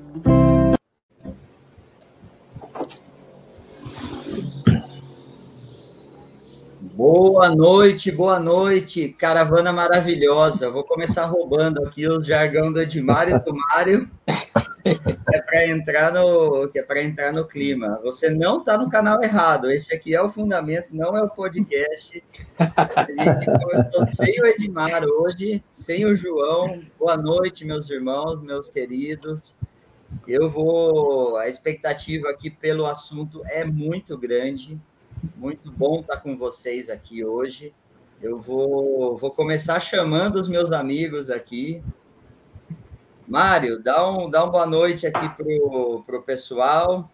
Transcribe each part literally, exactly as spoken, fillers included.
Boa noite, boa noite, caravana maravilhosa. Vou começar roubando aqui o jargão do Edmar e do Mário, que é para entrar no, que é para entrar no clima. Você não está no canal errado. Esse aqui é o Fundamentos, não é o podcast. A gente começou sem o Edmar hoje, sem o João. Boa noite, meus irmãos, meus queridos. Eu vou. A expectativa aqui pelo assunto é muito grande. Muito bom estar com vocês aqui hoje. Eu vou, vou começar chamando os meus amigos aqui. Mário, dá, um, dá uma boa noite aqui para o pessoal.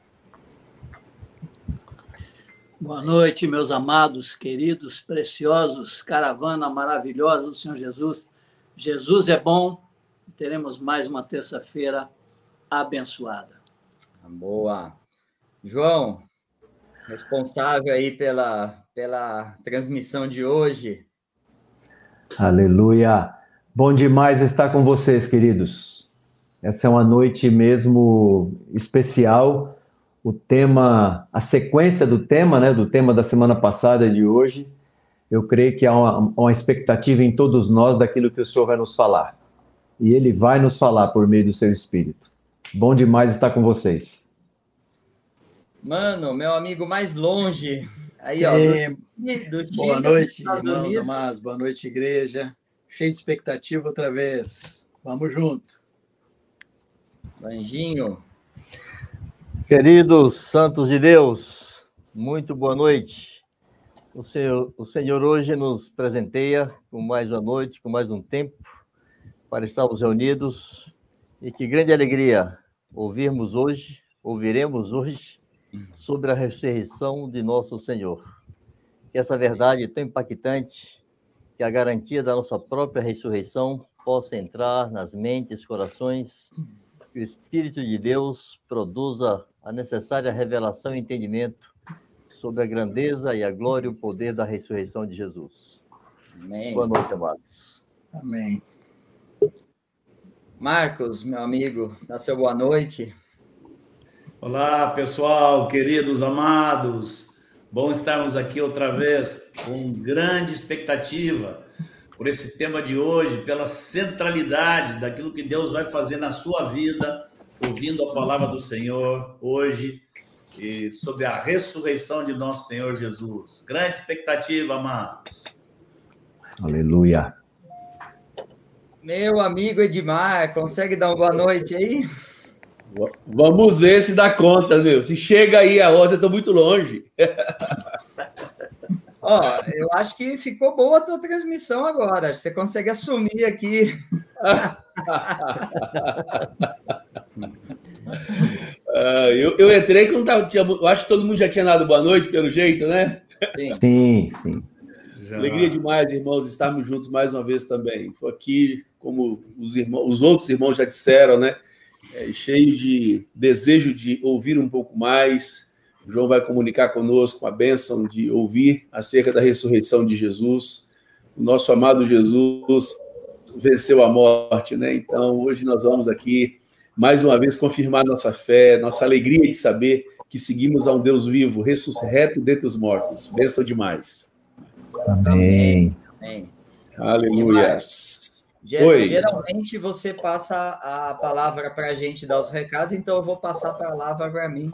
Boa noite, meus amados, queridos, preciosos, caravana maravilhosa do Senhor Jesus. Jesus é bom, teremos mais uma terça-feira abençoada. Boa. João, responsável aí pela, pela transmissão de hoje. Aleluia! Bom demais estar com vocês, queridos. Essa é uma noite mesmo especial. O tema, a sequência do tema, né, do tema da semana passada e de hoje, eu creio que há uma, uma expectativa em todos nós daquilo que o Senhor vai nos falar. E Ele vai nos falar por meio do Seu Espírito. Bom demais estar com vocês. Mano, meu amigo mais longe. Aí, Sim. ó, do, do Boa noite, irmãos amados. Boa noite, igreja. Cheio de expectativa outra vez. Vamos junto. Anjinho. Queridos santos de Deus, muito boa noite. O Senhor, o Senhor hoje nos presenteia com mais uma noite, com mais um tempo, para estarmos reunidos. E que grande alegria ouvirmos hoje, ouviremos hoje, sobre a ressurreição de nosso Senhor. Que essa verdade tão impactante, que a garantia da nossa própria ressurreição possa entrar nas mentes, corações, que o Espírito de Deus produza a necessária revelação e entendimento sobre a grandeza e a glória e o poder da ressurreição de Jesus. Amém. Boa noite, amados. Amém. Marcos, meu amigo, dá seu boa noite. Olá, pessoal, queridos, amados. Bom estarmos aqui outra vez com grande expectativa por esse tema de hoje, pela centralidade daquilo que Deus vai fazer na sua vida, ouvindo a palavra do Senhor hoje, e sobre a ressurreição de nosso Senhor Jesus. Grande expectativa, amados. Aleluia. Meu amigo Edmar, consegue dar uma boa noite aí? Vamos ver se dá conta, meu. Se chega aí a roça, eu estou muito longe. Ó, eu acho que ficou boa a tua transmissão agora. Você consegue assumir aqui. uh, eu, eu entrei quando tava, tinha, eu acho que todo mundo já tinha dado boa noite, pelo jeito, né? Sim, sim. sim. Alegria demais, irmãos, estarmos juntos mais uma vez também. Estou aqui, como os, irmãos, os outros irmãos já disseram, né? É, cheio de desejo de ouvir um pouco mais. O João vai comunicar conosco a bênção de ouvir acerca da ressurreição de Jesus. O nosso amado Jesus venceu a morte, né? Então, hoje nós vamos aqui, mais uma vez, confirmar nossa fé, nossa alegria de saber que seguimos a um Deus vivo, ressurreto dentre os mortos. Bênção demais. Amém. Amém. Aleluia. Oi. Geralmente você passa a palavra para a gente dar os recados, então eu vou passar a palavra para mim.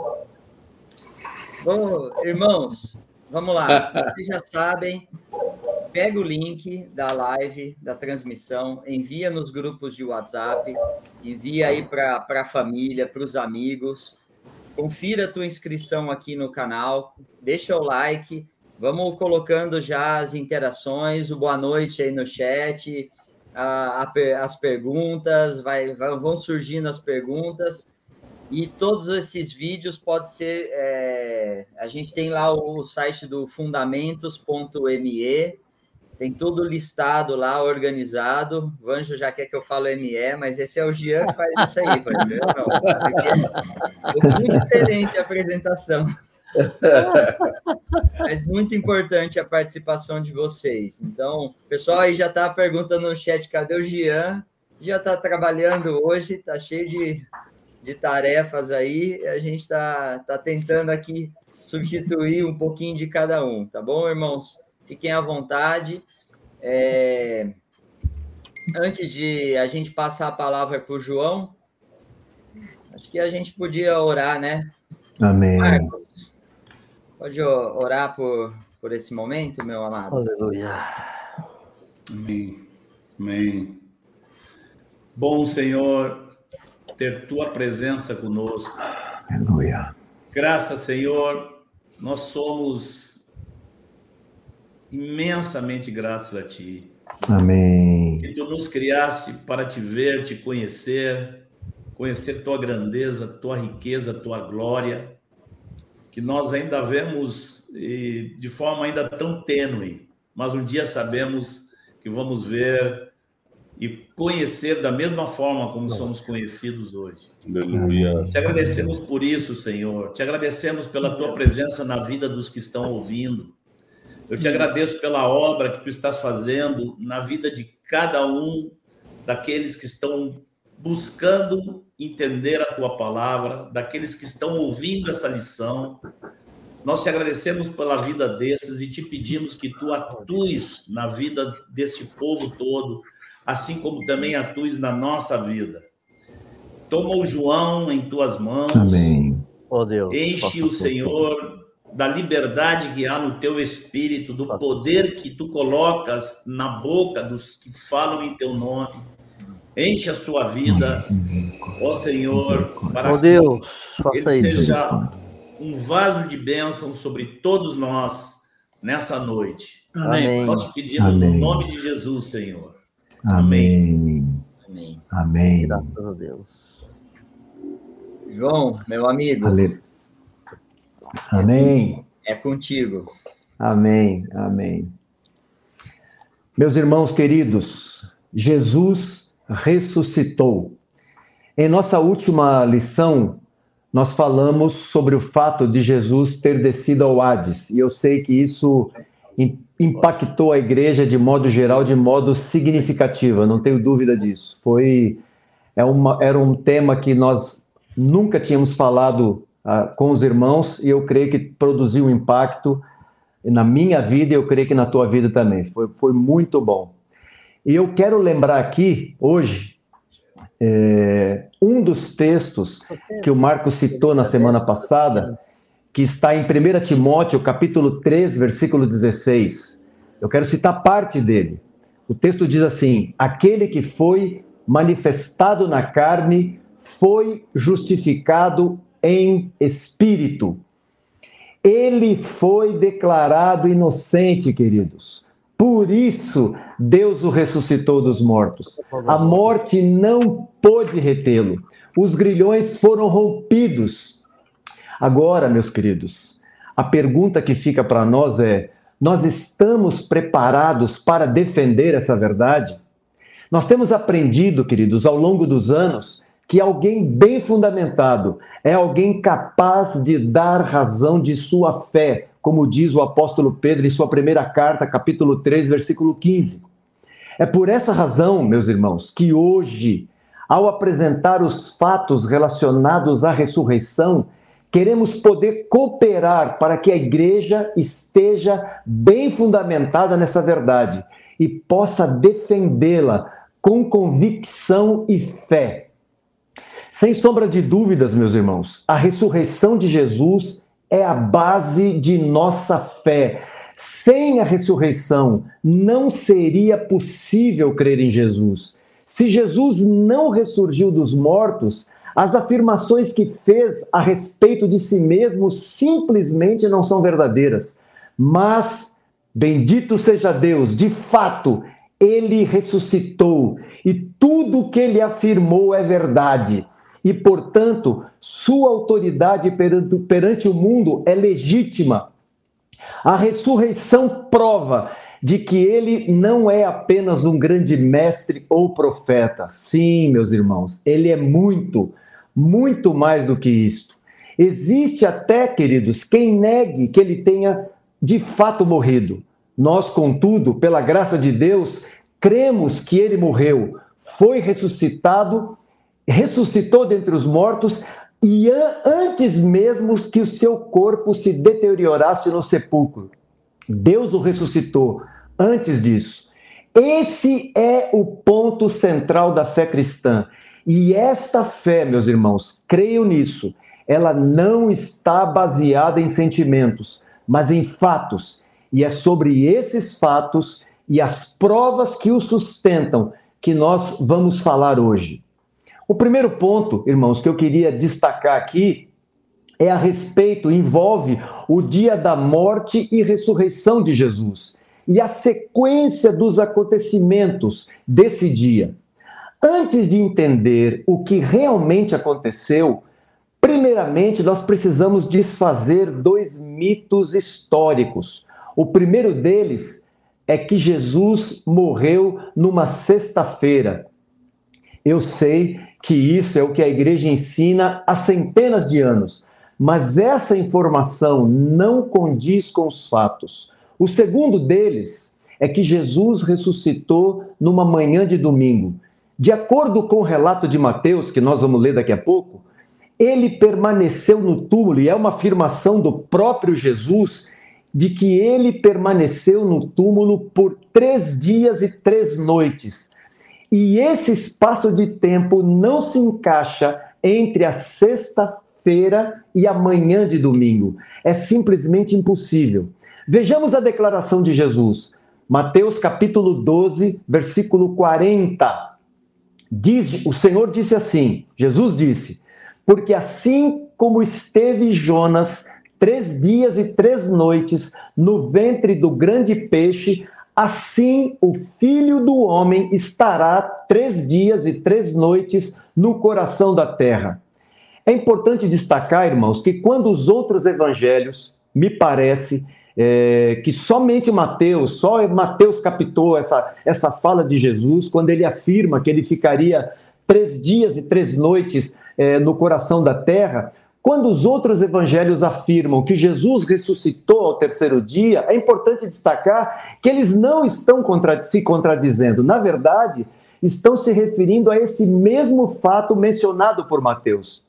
Bom, irmãos, vamos lá. Vocês já sabem, pega o link da live, da transmissão, envia nos grupos de WhatsApp, envia aí para a família, para os amigos. Confira a tua inscrição aqui no canal, deixa o like, vamos colocando já as interações, o boa noite aí no chat, a, a, as perguntas, vai, vão surgindo as perguntas. E todos esses vídeos pode ser... É, a gente tem lá o site do fundamentos ponto me, tem tudo listado lá, organizado. O Anjo já quer que eu fale M E, mas esse é o Jean que faz isso aí. Entendeu? Não, é muito diferente a apresentação. Mas muito importante a participação de vocês. Então, o pessoal aí já está perguntando no chat, cadê o Jean? Já está trabalhando hoje, está cheio de... de tarefas aí, a gente está tá tentando aqui substituir um pouquinho de cada um, tá bom, irmãos? Fiquem à vontade. É... Antes de a gente passar a palavra para o João, acho que a gente podia orar, né? Amém. Marcos, pode orar por, por esse momento, meu amado? Aleluia. Amém. Amém. Bom, Senhor, ter tua presença conosco. Aleluia. Graças, Senhor, nós somos imensamente gratos a ti. Amém. Que tu nos criaste para te ver, te conhecer, conhecer tua grandeza, tua riqueza, tua glória, que nós ainda vemos de forma ainda tão tênue, mas um dia sabemos que vamos ver e conhecer da mesma forma como somos conhecidos hoje. Aleluia. Te agradecemos por isso, Senhor. Te agradecemos pela tua presença na vida dos que estão ouvindo. Eu te agradeço pela obra que tu estás fazendo na vida de cada um daqueles que estão buscando entender a tua palavra, daqueles que estão ouvindo essa lição. Nós te agradecemos pela vida desses e te pedimos que tu atues na vida desse povo todo, assim como também atues na nossa vida. Toma o João em tuas mãos. Amém. Oh, Deus, enche o Senhor da liberdade que há no teu espírito, do poder que tu colocas na boca dos que falam em teu nome. Enche a sua vida, ó Senhor, para oh, Deus, que ele seja um vaso de bênção sobre todos nós nessa noite. Amém. Nós te pedimos Amém. no nome de Jesus, Senhor. Amém. Amém. Amém. Graças a Deus. João, meu amigo. Ale... Amém. É contigo. Amém. Amém. Meus irmãos queridos, Jesus ressuscitou. Em nossa última lição, nós falamos sobre o fato de Jesus ter descido ao Hades. E eu sei que isso impactou a igreja de modo geral, de modo significativo, eu não tenho dúvida disso. Foi, é uma, era um tema que nós nunca tínhamos falado uh, com os irmãos, e eu creio que produziu um impacto na minha vida e eu creio que na tua vida também. Foi, foi muito bom. E eu quero lembrar aqui, hoje, é, um dos textos que o Marcos citou na semana passada, que está em primeiro Timóteo, capítulo três, versículo dezesseis. Eu quero citar parte dele. O texto diz assim: aquele que foi manifestado na carne foi justificado em espírito. Ele foi declarado inocente, queridos. Por isso, Deus o ressuscitou dos mortos. A morte não pôde retê-lo. Os grilhões foram rompidos. Agora, meus queridos, a pergunta que fica para nós é: nós estamos preparados para defender essa verdade? Nós temos aprendido, queridos, ao longo dos anos, que alguém bem fundamentado é alguém capaz de dar razão de sua fé, como diz o apóstolo Pedro em sua primeira carta, capítulo três, versículo quinze. É por essa razão, meus irmãos, que hoje, ao apresentar os fatos relacionados à ressurreição, queremos poder cooperar para que a igreja esteja bem fundamentada nessa verdade e possa defendê-la com convicção e fé. Sem sombra de dúvidas, meus irmãos, a ressurreição de Jesus é a base de nossa fé. Sem a ressurreição, não seria possível crer em Jesus. Se Jesus não ressurgiu dos mortos, as afirmações que fez a respeito de si mesmo simplesmente não são verdadeiras. Mas, bendito seja Deus, de fato, ele ressuscitou e tudo o que ele afirmou é verdade. E, portanto, sua autoridade perante, perante o mundo é legítima. A ressurreição prova de que ele não é apenas um grande mestre ou profeta. Sim, meus irmãos, ele é muito, muito mais do que isto. Existe até, queridos, quem negue que ele tenha de fato morrido. Nós, contudo, pela graça de Deus, cremos que ele morreu, foi ressuscitado ressuscitou dentre os mortos e antes mesmo que o seu corpo se deteriorasse no sepulcro. Deus o ressuscitou antes disso. Esse é o ponto central da fé cristã. E esta fé, meus irmãos, creiam nisso, ela não está baseada em sentimentos, mas em fatos. E é sobre esses fatos e as provas que o sustentam que nós vamos falar hoje. O primeiro ponto, irmãos, que eu queria destacar aqui é a respeito, envolve o dia da morte e ressurreição de Jesus e a sequência dos acontecimentos desse dia. Antes de entender o que realmente aconteceu, primeiramente nós precisamos desfazer dois mitos históricos. O primeiro deles é que Jesus morreu numa sexta-feira. Eu sei que isso é o que a igreja ensina há centenas de anos, mas essa informação não condiz com os fatos. O segundo deles é que Jesus ressuscitou numa manhã de domingo. De acordo com o relato de Mateus, que nós vamos ler daqui a pouco, ele permaneceu no túmulo, e é uma afirmação do próprio Jesus, de que ele permaneceu no túmulo por três dias e três noites. E esse espaço de tempo não se encaixa entre a sexta-feira e a manhã de domingo. É simplesmente impossível. Vejamos a declaração de Jesus. Mateus capítulo doze, versículo quarenta. Diz, o Senhor disse assim, Jesus disse, porque assim como esteve Jonas três dias e três noites no ventre do grande peixe, assim o Filho do Homem estará três dias e três noites no coração da terra. É importante destacar, irmãos, que quando os outros evangelhos, me parece, é, que somente Mateus, só Mateus captou essa, essa fala de Jesus, quando ele afirma que ele ficaria três dias e três noites é, no coração da terra. Quando os outros evangelhos afirmam que Jesus ressuscitou ao terceiro dia, é importante destacar que eles não estão contra- se contradizendo. Na verdade, estão se referindo a esse mesmo fato mencionado por Mateus.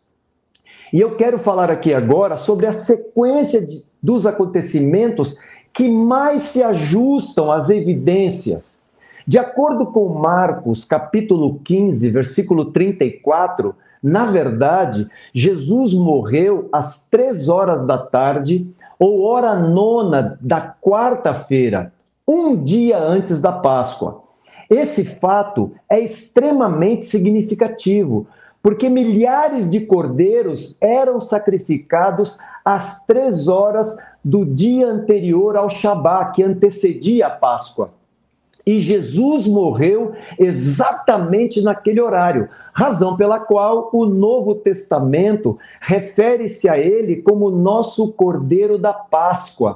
E eu quero falar aqui agora sobre a sequência de, dos acontecimentos que mais se ajustam às evidências. De acordo com Marcos, capítulo quinze, versículo trinta e quatro, na verdade, Jesus morreu às três horas da tarde, ou hora nona da quarta-feira, um dia antes da Páscoa. Esse fato é extremamente significativo, porque milhares de cordeiros eram sacrificados às três horas do dia anterior ao Shabá, que antecedia a Páscoa. E Jesus morreu exatamente naquele horário, razão pela qual o Novo Testamento refere-se a ele como nosso Cordeiro da Páscoa,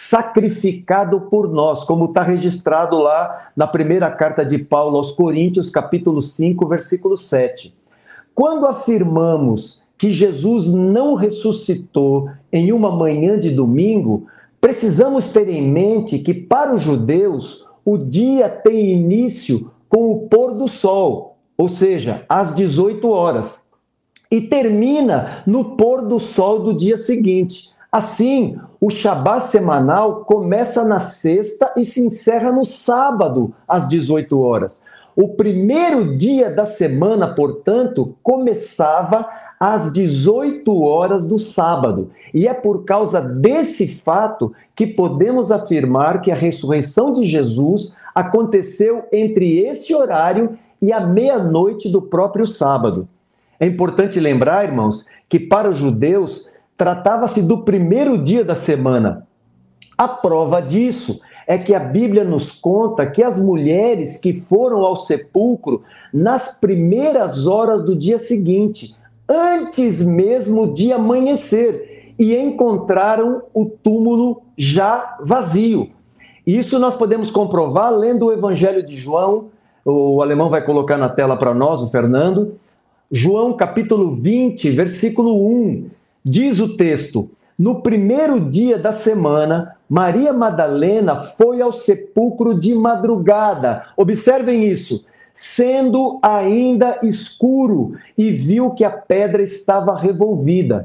sacrificado por nós, como está registrado lá na primeira carta de Paulo aos Coríntios, capítulo cinco, versículo sete. Quando afirmamos que Jesus não ressuscitou em uma manhã de domingo, precisamos ter em mente que, para os judeus, o dia tem início com o pôr do sol, ou seja, às dezoito horas, e termina no pôr do sol do dia seguinte. Assim, o Shabá semanal começa na sexta e se encerra no sábado, às dezoito horas. O primeiro dia da semana, portanto, começava às dezoito horas do sábado. E é por causa desse fato que podemos afirmar que a ressurreição de Jesus aconteceu entre esse horário e a meia-noite do próprio sábado. É importante lembrar, irmãos, que para os judeus tratava-se do primeiro dia da semana. A prova disso é que a Bíblia nos conta que as mulheres que foram ao sepulcro nas primeiras horas do dia seguinte, antes mesmo de amanhecer, e encontraram o túmulo já vazio. Isso nós podemos comprovar lendo o Evangelho de João, o alemão vai colocar na tela para nós, o Fernando. João capítulo vinte, versículo um, diz o texto: no primeiro dia da semana, Maria Madalena foi ao sepulcro de madrugada. Observem isso, sendo ainda escuro, e viu que a pedra estava revolvida.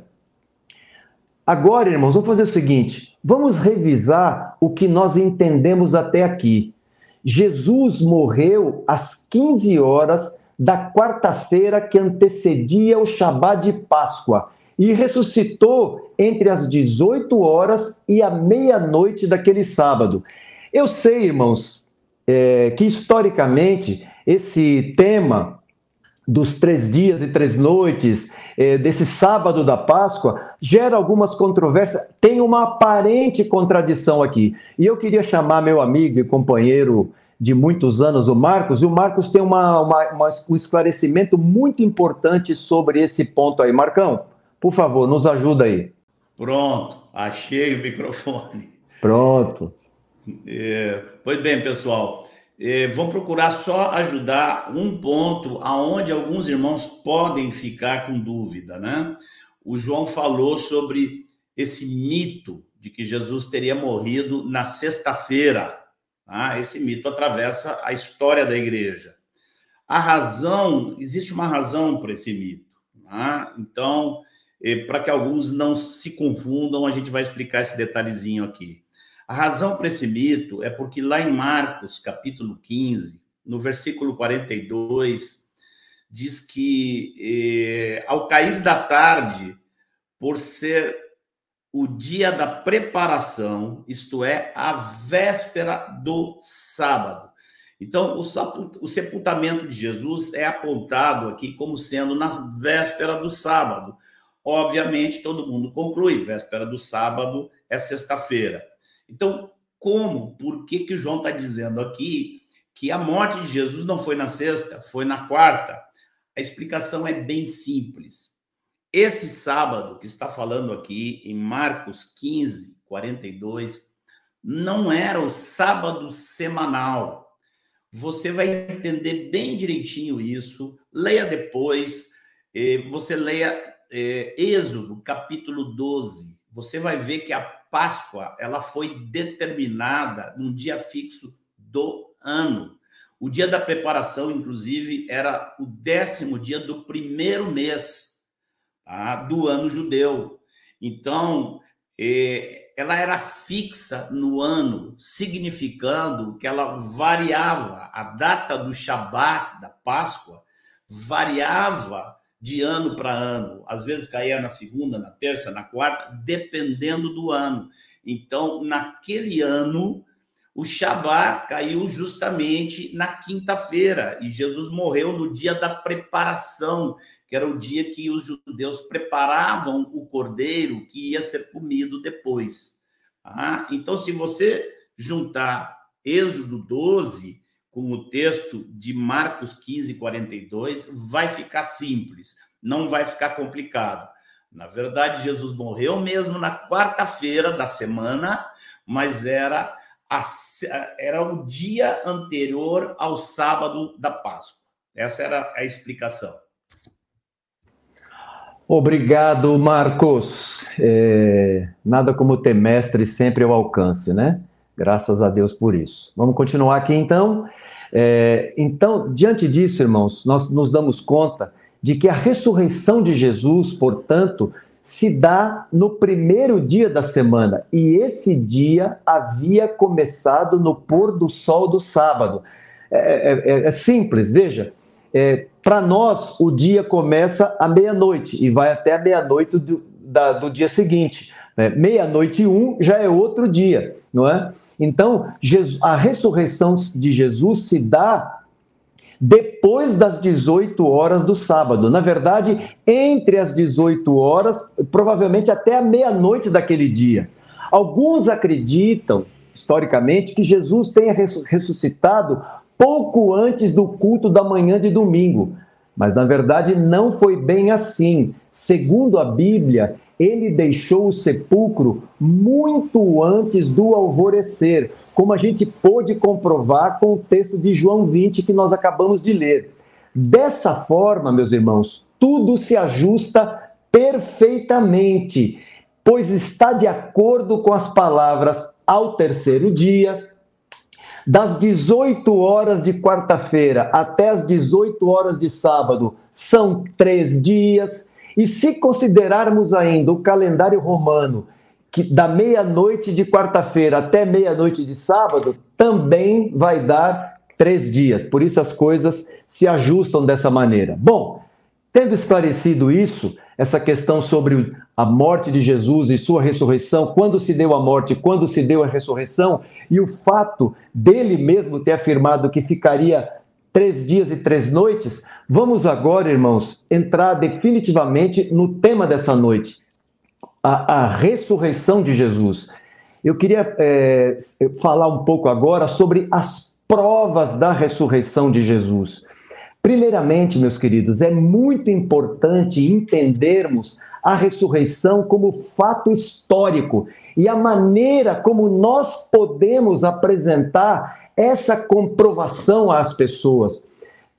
Agora, irmãos, vamos fazer o seguinte, vamos revisar o que nós entendemos até aqui. Jesus morreu às quinze horas da quarta-feira que antecedia o Shabá de Páscoa e ressuscitou entre as dezoito horas e a meia-noite daquele sábado. Eu sei, irmãos, é, que historicamente esse tema dos três dias e três noites, é, desse sábado da Páscoa, gera algumas controvérsias, tem uma aparente contradição aqui. E eu queria chamar meu amigo e companheiro de muitos anos, o Marcos, e o Marcos tem uma, uma, uma, um esclarecimento muito importante sobre esse ponto aí. Marcão, por favor, nos ajuda aí. Pronto, achei o microfone. Pronto. É, pois bem, pessoal, é, vamos procurar só ajudar um ponto aonde alguns irmãos podem ficar com dúvida, né? O João falou sobre esse mito de que Jesus teria morrido na sexta-feira. Ah, esse mito atravessa a história da igreja. A razão, existe uma razão para esse mito. Ah, então, para que alguns não se confundam, a gente vai explicar esse detalhezinho aqui. A razão para esse mito é porque lá em Marcos, capítulo quinze, no versículo quarenta e dois, diz que eh, ao cair da tarde, por ser o dia da preparação, isto é, a véspera do sábado. Então, o sepultamento de Jesus é apontado aqui como sendo na véspera do sábado. Obviamente, todo mundo conclui, véspera do sábado é sexta-feira. Então, como, por que que o João está dizendo aqui que a morte de Jesus não foi na sexta, foi na quarta? A explicação é bem simples. Esse sábado que está falando aqui em Marcos quinze, quarenta e dois, não era o sábado semanal. Você vai entender bem direitinho isso. Leia depois. Você leia Êxodo, capítulo doze. Você vai ver que a Páscoa ela foi determinada num dia fixo do ano. O dia da preparação, inclusive, era o décimo dia do primeiro mês Tá? do ano judeu. Então, eh, ela era fixa no ano, significando que ela variava, a data do Shabat, da Páscoa, variava de ano para ano. Às vezes caía na segunda, na terça, na quarta, dependendo do ano. Então, naquele ano, o Shabat caiu justamente na quinta-feira, e Jesus morreu no dia da preparação, que era o dia que os judeus preparavam o cordeiro que ia ser comido depois. Ah, então, se você juntar Êxodo doze com o texto de Marcos quinze, quarenta e dois, vai ficar simples, não vai ficar complicado. Na verdade, Jesus morreu mesmo na quarta-feira da semana, mas era, a, era o dia anterior ao sábado da Páscoa. Essa era a explicação. Obrigado, Marcos. É, nada como ter mestre sempre ao alcance, né? Graças a Deus por isso. Vamos continuar aqui, então. É, então, diante disso, irmãos, nós nos damos conta de que a ressurreição de Jesus, portanto, se dá no primeiro dia da semana. E esse dia havia começado no pôr do sol do sábado. É, é, é simples, veja. É, para nós, o dia começa à meia-noite e vai até a meia-noite do, da, do dia seguinte. Né? Meia-noite e um já é outro dia, não é? Então, Jesus, a ressurreição de Jesus se dá depois das dezoito horas do sábado. Na verdade, entre as dezoito horas, provavelmente até a meia-noite daquele dia. Alguns acreditam, historicamente, que Jesus tenha ressuscitado pouco antes do culto da manhã de domingo. Mas, na verdade, não foi bem assim. Segundo a Bíblia, ele deixou o sepulcro muito antes do alvorecer, como a gente pôde comprovar com o texto de João vinte que nós acabamos de ler. Dessa forma, meus irmãos, tudo se ajusta perfeitamente, pois está de acordo com as palavras ao terceiro dia, Das dezoito horas de quarta-feira até as dezoito horas de sábado, são três dias. E se considerarmos ainda o calendário romano, que da meia-noite de quarta-feira até meia-noite de sábado, também vai dar três dias. Por isso as coisas se ajustam dessa maneira. Bom, tendo esclarecido isso, essa questão sobre a morte de Jesus e sua ressurreição, quando se deu a morte, quando se deu a ressurreição, e o fato dele mesmo ter afirmado que ficaria três dias e três noites, vamos agora, irmãos, entrar definitivamente no tema dessa noite, a, a ressurreição de Jesus. Eu queria é, falar um pouco agora sobre as provas da ressurreição de Jesus. Primeiramente, meus queridos, é muito importante entendermos a ressurreição como fato histórico e a maneira como nós podemos apresentar essa comprovação às pessoas.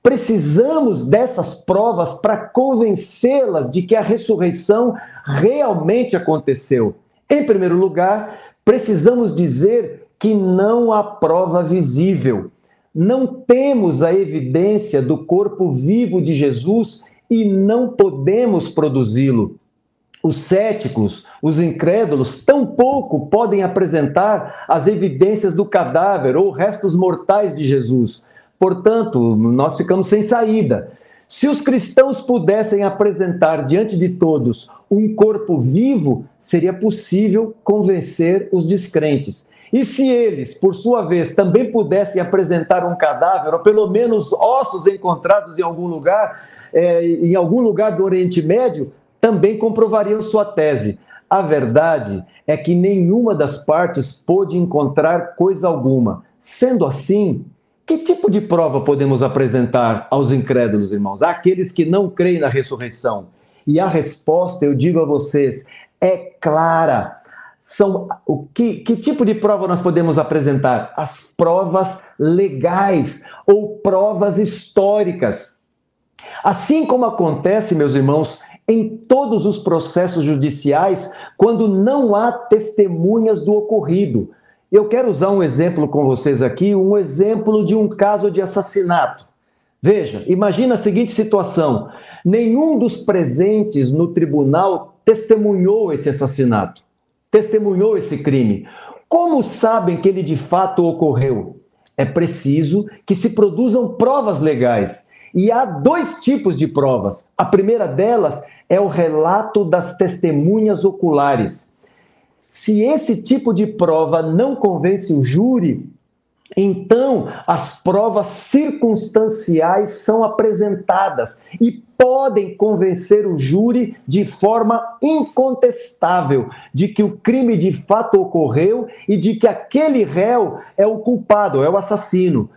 Precisamos dessas provas para convencê-las de que a ressurreição realmente aconteceu. Em primeiro lugar, precisamos dizer que não há prova visível. Não temos a evidência do corpo vivo de Jesus e não podemos produzi-lo. Os céticos, os incrédulos, tampouco podem apresentar as evidências do cadáver ou restos mortais de Jesus. Portanto, nós ficamos sem saída. Se os cristãos pudessem apresentar diante de todos um corpo vivo, seria possível convencer os descrentes. E se eles, por sua vez, também pudessem apresentar um cadáver, ou pelo menos ossos encontrados em algum lugar, é, em algum lugar do Oriente Médio, também comprovariam sua tese. A verdade é que nenhuma das partes pôde encontrar coisa alguma. Sendo assim, que tipo de prova podemos apresentar aos incrédulos, irmãos? Àqueles que não creem na ressurreição? E a resposta, eu digo a vocês, é clara. São, o que, que tipo de prova nós podemos apresentar? As provas legais ou provas históricas. Assim como acontece, meus irmãos, em todos os processos judiciais, quando não há testemunhas do ocorrido. Eu quero usar um exemplo com vocês aqui, um exemplo de um caso de assassinato. Veja, imagina a seguinte situação: nenhum dos presentes no tribunal testemunhou esse assassinato, testemunhou esse crime. Como sabem que ele de fato ocorreu? É preciso que se produzam provas legais. E há dois tipos de provas. A primeira delas é o relato das testemunhas oculares. Se esse tipo de prova não convence o júri, então as provas circunstanciais são apresentadas e podem convencer o júri de forma incontestável de que o crime de fato ocorreu e de que aquele réu é o culpado, é o assassino.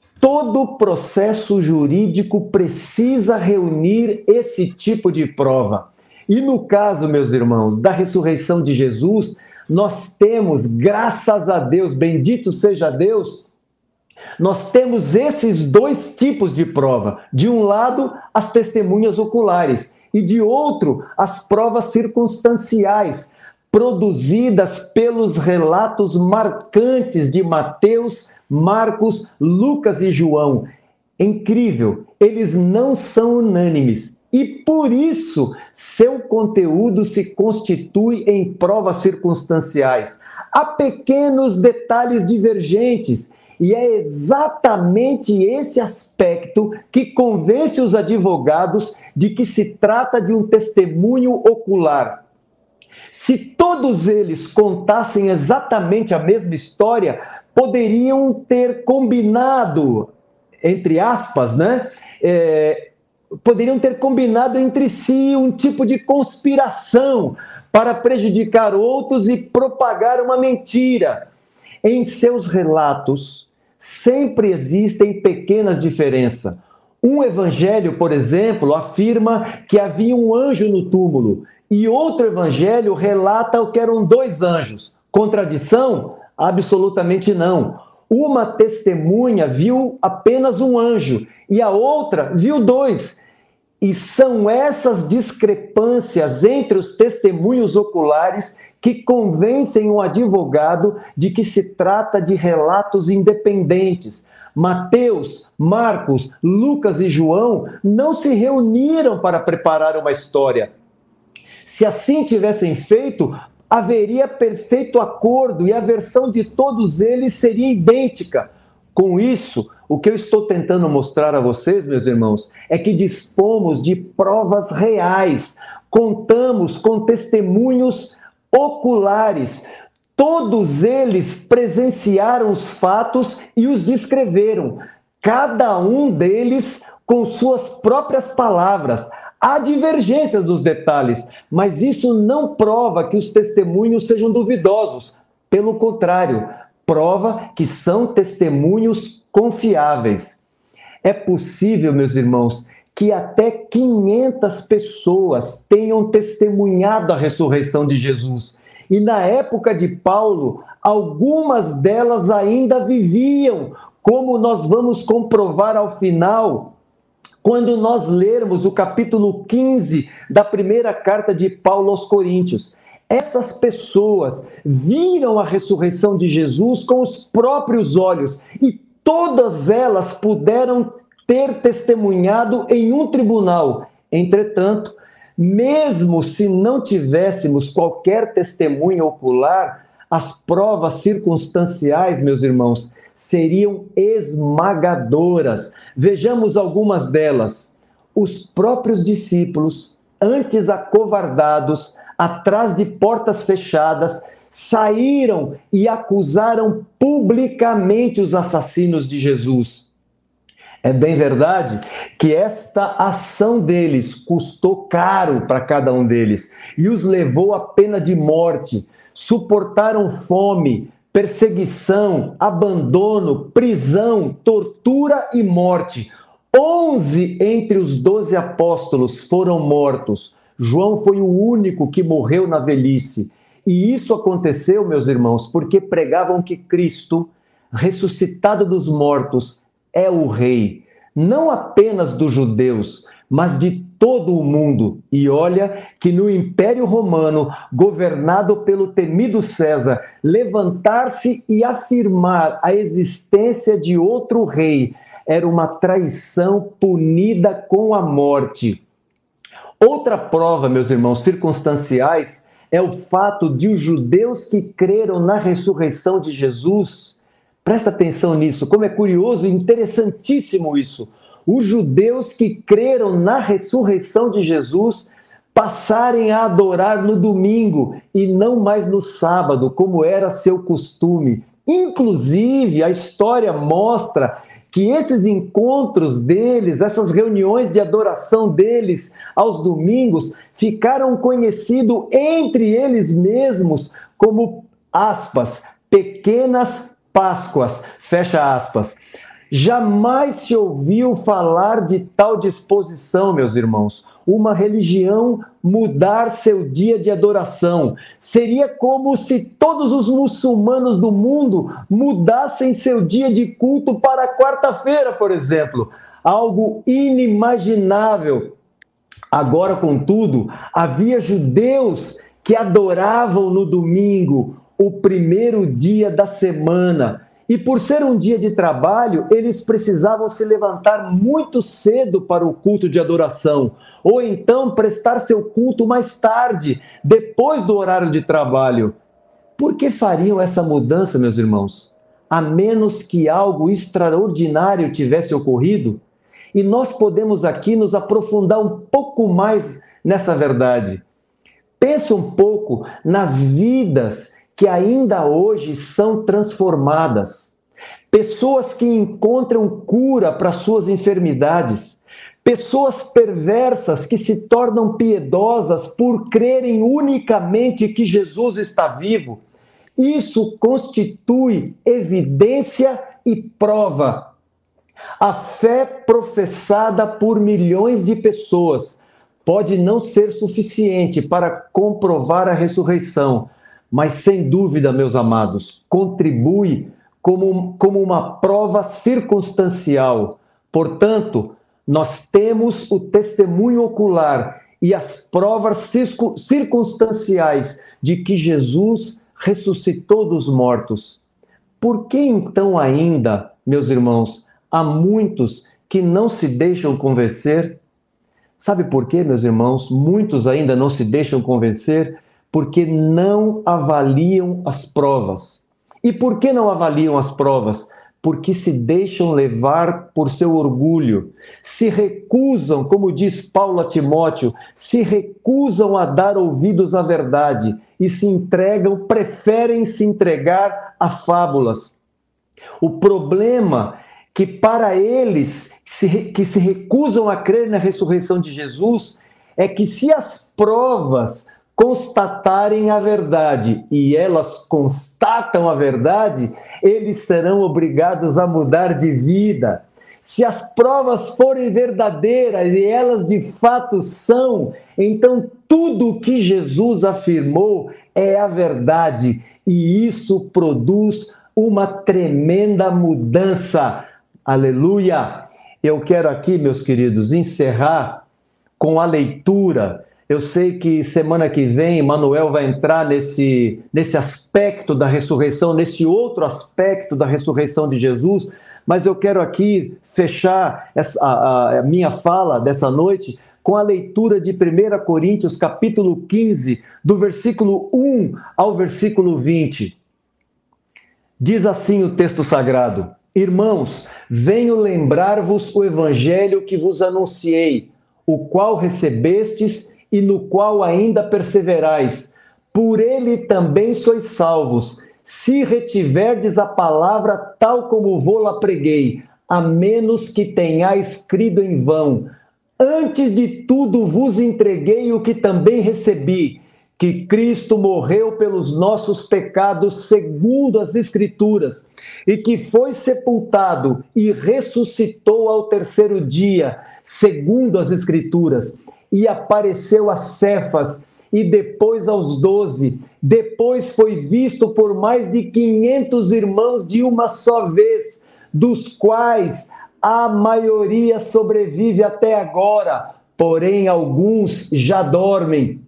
Todo processo jurídico precisa reunir esse tipo de prova. E no caso, meus irmãos, da ressurreição de Jesus, nós temos, graças a Deus, bendito seja Deus, nós temos esses dois tipos de prova. De um lado, as testemunhas oculares, e de outro, as provas circunstanciais, produzidas pelos relatos marcantes de Mateus, Marcos, Lucas e João. É incrível, eles não são unânimes e, por isso, seu conteúdo se constitui em provas circunstanciais. Há pequenos detalhes divergentes e é exatamente esse aspecto que convence os advogados de que se trata de um testemunho ocular. Se todos eles contassem exatamente a mesma história, poderiam ter combinado, entre aspas, né? É, poderiam ter combinado entre si um tipo de conspiração para prejudicar outros e propagar uma mentira. Em seus relatos, sempre existem pequenas diferenças. Um evangelho, por exemplo, afirma que havia um anjo no túmulo, e outro evangelho relata que eram dois anjos. Contradição? Absolutamente não. Uma testemunha viu apenas um anjo e a outra viu dois. E são essas discrepâncias entre os testemunhos oculares que convencem um advogado de que se trata de relatos independentes. Mateus, Marcos, Lucas e João não se reuniram para preparar uma história. Se assim tivessem feito, haveria perfeito acordo e a versão de todos eles seria idêntica. Com isso, o que eu estou tentando mostrar a vocês, meus irmãos, é que dispomos de provas reais, contamos com testemunhos oculares. Todos eles presenciaram os fatos e os descreveram, cada um deles com suas próprias palavras. Há divergências dos detalhes, mas isso não prova que os testemunhos sejam duvidosos. Pelo contrário, prova que são testemunhos confiáveis. É possível, meus irmãos, que até quinhentas pessoas tenham testemunhado a ressurreição de Jesus. E na época de Paulo, algumas delas ainda viviam, como nós vamos comprovar ao final, quando nós lermos o capítulo quinze da primeira carta de Paulo aos Coríntios. Essas pessoas viram a ressurreição de Jesus com os próprios olhos e todas elas puderam ter testemunhado em um tribunal. Entretanto, mesmo se não tivéssemos qualquer testemunho ocular, as provas circunstanciais, meus irmãos, seriam esmagadoras. Vejamos algumas delas. Os próprios discípulos, antes acovardados, atrás de portas fechadas, saíram e acusaram publicamente os assassinos de Jesus. É bem verdade que esta ação deles custou caro para cada um deles e os levou à pena de morte. Suportaram fome, perseguição, abandono, prisão, tortura e morte. Onze entre os doze apóstolos foram mortos. João foi o único que morreu na velhice. E isso aconteceu, meus irmãos, porque pregavam que Cristo, ressuscitado dos mortos, é o rei, não apenas dos judeus, mas de todo o mundo. E olha que no Império Romano, governado pelo temido César, levantar-se e afirmar a existência de outro rei era uma traição punida com a morte. Outra prova, meus irmãos, circunstanciais, é o fato de os judeus que creram na ressurreição de Jesus. Presta atenção nisso, como é curioso e interessantíssimo isso. Os judeus que creram na ressurreição de Jesus passarem a adorar no domingo e não mais no sábado, como era seu costume. Inclusive, a história mostra que esses encontros deles, essas reuniões de adoração deles aos domingos, ficaram conhecidos entre eles mesmos como, aspas, pequenas Páscoas, fecha aspas. Jamais se ouviu falar de tal disposição, meus irmãos. Uma religião mudar seu dia de adoração. Seria como se todos os muçulmanos do mundo mudassem seu dia de culto para quarta-feira, por exemplo. Algo inimaginável. Agora, contudo, havia judeus que adoravam no domingo, o primeiro dia da semana. E por ser um dia de trabalho, eles precisavam se levantar muito cedo para o culto de adoração, ou então prestar seu culto mais tarde, depois do horário de trabalho. Por que fariam essa mudança, meus irmãos? A menos que algo extraordinário tivesse ocorrido? E nós podemos aqui nos aprofundar um pouco mais nessa verdade. Pensa um pouco nas vidas que ainda hoje são transformadas. Pessoas que encontram cura para suas enfermidades. Pessoas perversas que se tornam piedosas por crerem unicamente que Jesus está vivo. Isso constitui evidência e prova. A fé professada por milhões de pessoas pode não ser suficiente para comprovar a ressurreição, mas, sem dúvida, meus amados, contribui como, como uma prova circunstancial. Portanto, nós temos o testemunho ocular e as provas circunstanciais de que Jesus ressuscitou dos mortos. Por que então ainda, meus irmãos, há muitos que não se deixam convencer? Sabe por quê, meus irmãos? Muitos ainda não se deixam convencer porque não avaliam as provas. E por que não avaliam as provas? Porque se deixam levar por seu orgulho, se recusam, como diz Paulo a Timóteo, se recusam a dar ouvidos à verdade e se entregam, preferem se entregar a fábulas. O problema é que para eles que se recusam a crer na ressurreição de Jesus é que se as provas constatarem a verdade e elas constatam a verdade, eles serão obrigados a mudar de vida. Se as provas forem verdadeiras e elas de fato são, então tudo o que Jesus afirmou é a verdade e isso produz uma tremenda mudança. Aleluia! Eu quero aqui, meus queridos, encerrar com a leitura. Eu sei que semana que vem Manuel vai entrar nesse, nesse aspecto da ressurreição, nesse outro aspecto da ressurreição de Jesus, mas eu quero aqui fechar essa, a, a minha fala dessa noite com a leitura de primeira Coríntios, capítulo quinze, do versículo um ao versículo vinte. Diz assim o texto sagrado: Irmãos, venho lembrar-vos o evangelho que vos anunciei, o qual recebestes e no qual ainda perseverais. Por ele também sois salvos, se retiverdes a palavra tal como vô-la preguei, a menos que tenhais crido em vão. Antes de tudo vos entreguei o que também recebi, que Cristo morreu pelos nossos pecados segundo as Escrituras, e que foi sepultado e ressuscitou ao terceiro dia, segundo as Escrituras, e apareceu a Cefas, e depois aos doze. Depois foi visto por mais de quinhentos irmãos de uma só vez, dos quais a maioria sobrevive até agora, porém alguns já dormem.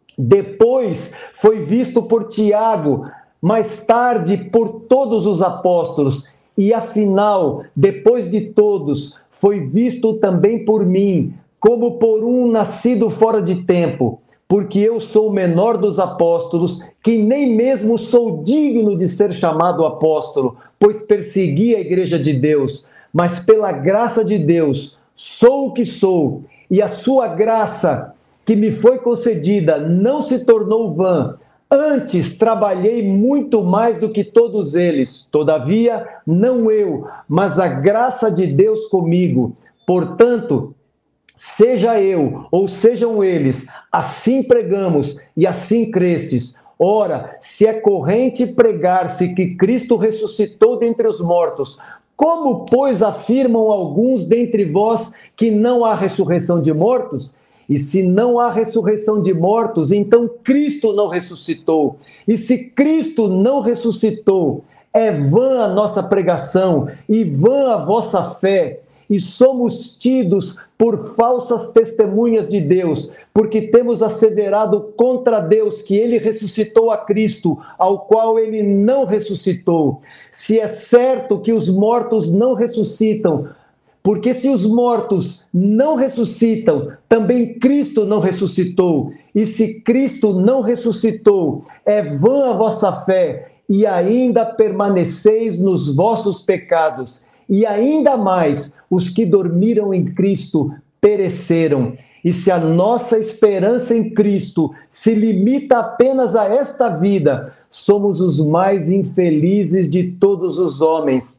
Depois foi visto por Tiago, mais tarde por todos os apóstolos, e afinal, depois de todos, foi visto também por mim, como por um nascido fora de tempo, porque eu sou o menor dos apóstolos, que nem mesmo sou digno de ser chamado apóstolo, pois persegui a igreja de Deus, mas pela graça de Deus sou o que sou, e a sua graça que me foi concedida não se tornou vã. Antes trabalhei muito mais do que todos eles, todavia não eu, mas a graça de Deus comigo. Portanto, seja eu ou sejam eles, assim pregamos e assim crestes. Ora, se é corrente pregar-se que Cristo ressuscitou dentre os mortos, como, pois, afirmam alguns dentre vós que não há ressurreição de mortos? E se não há ressurreição de mortos, então Cristo não ressuscitou. E se Cristo não ressuscitou, é vã a nossa pregação e vã a vossa fé. E somos tidos por falsas testemunhas de Deus, porque temos asseverado contra Deus que ele ressuscitou a Cristo, ao qual ele não ressuscitou. Se é certo que os mortos não ressuscitam, porque se os mortos não ressuscitam, também Cristo não ressuscitou. E se Cristo não ressuscitou, é vã a vossa fé, e ainda permaneceis nos vossos pecados. E ainda mais, os que dormiram em Cristo pereceram. E se a nossa esperança em Cristo se limita apenas a esta vida, somos os mais infelizes de todos os homens.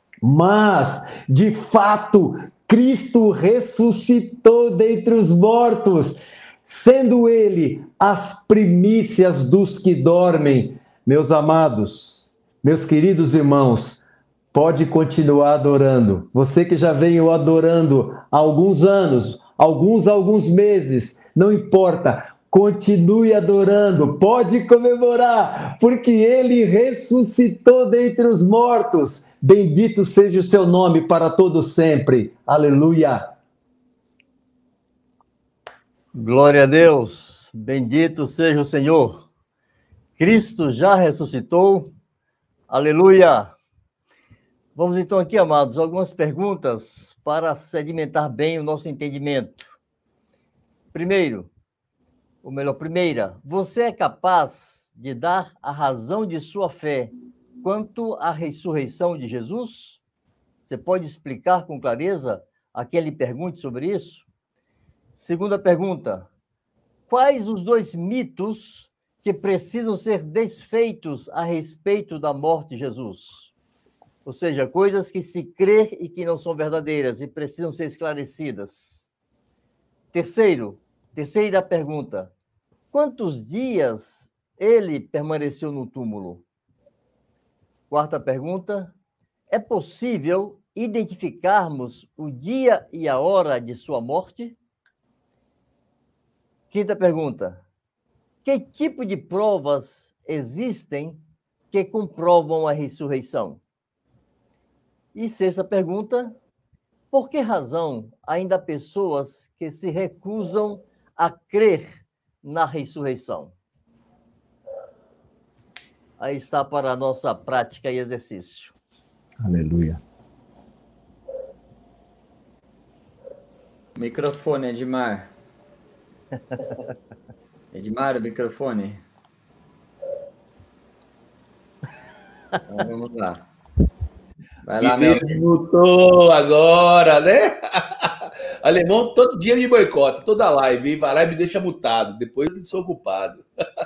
Mas, de fato, Cristo ressuscitou dentre os mortos, sendo ele as primícias dos que dormem. Meus amados, meus queridos irmãos, pode continuar adorando. Você que já veio adorando há alguns anos, alguns há alguns meses, não importa. Continue adorando, pode comemorar, porque ele ressuscitou dentre os mortos. Bendito seja o seu nome para todo sempre. Aleluia. Glória a Deus, bendito seja o Senhor. Cristo já ressuscitou, aleluia. Vamos então aqui, amados, algumas perguntas para sedimentar bem o nosso entendimento. Primeiro, ou melhor, primeira, você é capaz de dar a razão de sua fé quanto à ressurreição de Jesus? Você pode explicar com clareza a quem lhe pergunte sobre isso? Segunda pergunta, quais os dois mitos que precisam ser desfeitos a respeito da morte de Jesus? Ou seja, coisas que se crê e que não são verdadeiras e precisam ser esclarecidas. Terceiro, terceira pergunta, quantos dias ele permaneceu no túmulo? Quarta pergunta, é possível identificarmos o dia e a hora de sua morte? Quinta pergunta, que tipo de provas existem que comprovam a ressurreição? E sexta pergunta, por que razão ainda há pessoas que se recusam a crer na ressurreição? Aí está para a nossa prática e exercício. Aleluia. Microfone, Edmar. Edmar, o microfone. Então vamos lá. Vai lá, meu. Mutou agora, né? Alemão todo dia me boicota, toda live, vai lá e me deixa mutado, depois eu sou ocupado.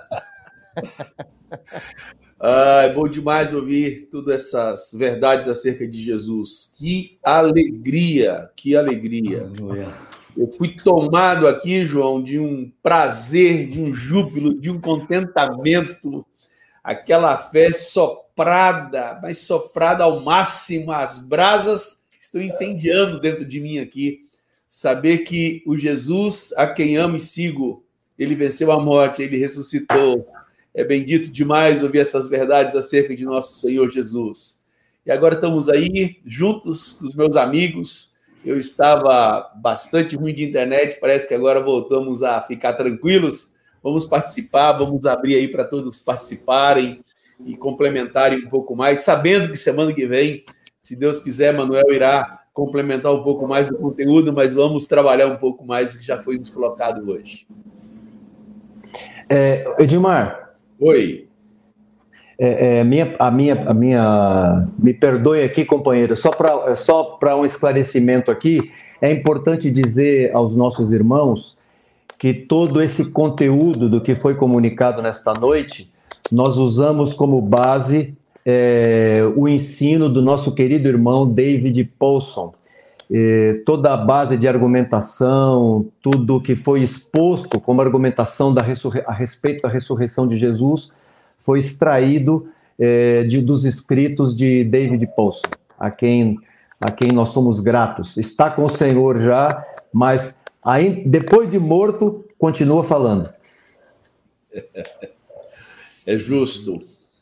Ai, bom demais ouvir todas essas verdades acerca de Jesus. Que alegria, que alegria. Eu fui tomado aqui, João, de um prazer, de um júbilo, de um contentamento, aquela fé soprada, mas soprada ao máximo, as brasas estão incendiando dentro de mim aqui. Saber que o Jesus a quem amo e sigo, ele venceu a morte, ele ressuscitou. É bendito demais ouvir essas verdades acerca de nosso Senhor Jesus. E agora estamos aí, juntos com os meus amigos. Eu estava bastante ruim de internet, parece que agora voltamos a ficar tranquilos. Vamos participar, vamos abrir aí para todos participarem e complementarem um pouco mais, sabendo que semana que vem, se Deus quiser, Manuel irá complementar um pouco mais do conteúdo, mas vamos trabalhar um pouco mais do que já foi nos colocado hoje. É, Edmar. Oi. É, é, minha, a minha, a minha, me perdoe aqui, companheiro, só para só para um esclarecimento aqui, é importante dizer aos nossos irmãos que todo esse conteúdo do que foi comunicado nesta noite, nós usamos como base é, o ensino do nosso querido irmão David Paulson. É, toda a base de argumentação, tudo que foi exposto como argumentação da ressurre... a respeito da ressurreição de Jesus, foi extraído é, de, dos escritos de David Paulson, a quem, a quem nós somos gratos. Está com o Senhor já, mas aí, depois de morto, continua falando. É justo.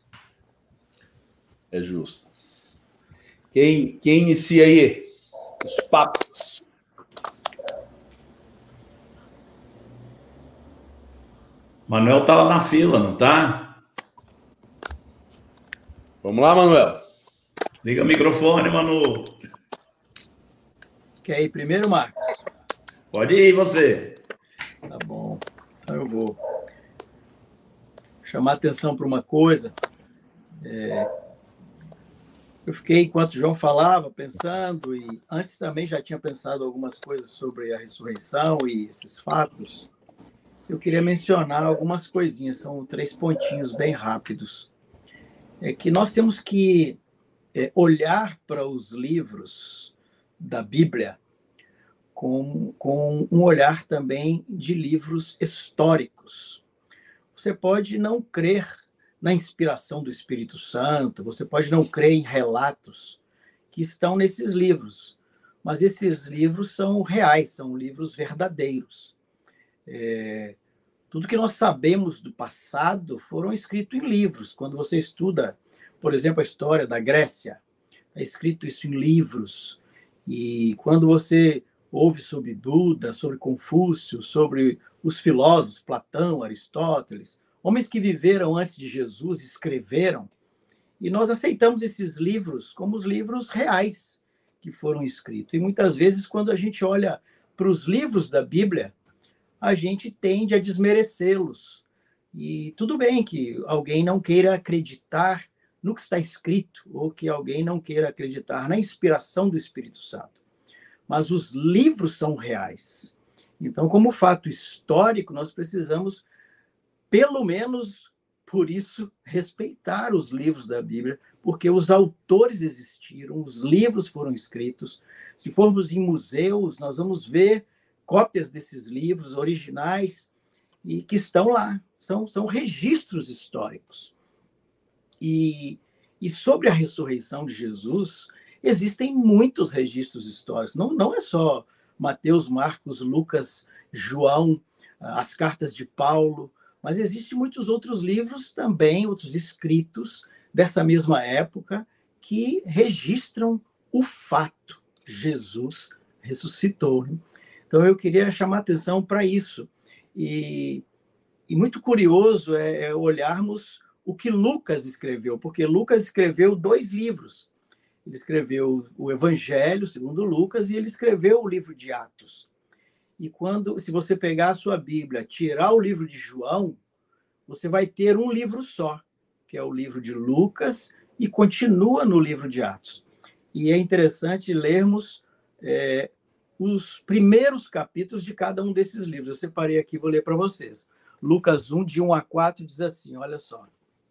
É justo. Quem, quem inicia aí os papos? Manuel tá lá na fila, não tá? Vamos lá, Manuel. Liga o microfone, Manu. Quer ir primeiro, Marcos? Pode ir, você. Tá bom. Então eu vou chamar atenção para uma coisa. É... Eu fiquei, enquanto o João falava, pensando, e antes também já tinha pensado algumas coisas sobre a ressurreição e esses fatos. Eu queria mencionar algumas coisinhas, são três pontinhos bem rápidos. É que nós temos que é, olhar para os livros da Bíblia com, com um olhar também de livros históricos. Você pode não crer na inspiração do Espírito Santo, você pode não crer em relatos que estão nesses livros, mas esses livros são reais, são livros verdadeiros. É, tudo que nós sabemos do passado foram escritos em livros. Quando você estuda, por exemplo, a história da Grécia, é escrito isso em livros. E quando você houve sobre Buda, sobre Confúcio, sobre os filósofos, Platão, Aristóteles, homens que viveram antes de Jesus, escreveram, e nós aceitamos esses livros como os livros reais que foram escritos. E muitas vezes, quando a gente olha para os livros da Bíblia, a gente tende a desmerecê-los. E tudo bem que alguém não queira acreditar no que está escrito, ou que alguém não queira acreditar na inspiração do Espírito Santo. Mas os livros são reais. Então, como fato histórico, nós precisamos, pelo menos por isso, respeitar os livros da Bíblia, porque os autores existiram, os livros foram escritos. Se formos em museus, nós vamos ver cópias desses livros originais e que estão lá. São, são registros históricos. E, e sobre a ressurreição de Jesus, existem muitos registros históricos. Não, não é só Mateus, Marcos, Lucas, João, as cartas de Paulo, mas existem muitos outros livros também, outros escritos dessa mesma época, que registram o fato: Jesus ressuscitou. Então, eu queria chamar a atenção para isso. E, e muito curioso é, é olharmos o que Lucas escreveu, porque Lucas escreveu dois livros. Ele escreveu o Evangelho, segundo Lucas, e ele escreveu o livro de Atos. E quando, se você pegar a sua Bíblia, tirar o livro de João, você vai ter um livro só, que é o livro de Lucas, e continua no livro de Atos. E é interessante lermos é, os primeiros capítulos de cada um desses livros. Eu separei aqui, vou ler para vocês. Lucas um, de um a quatro, diz assim, olha só.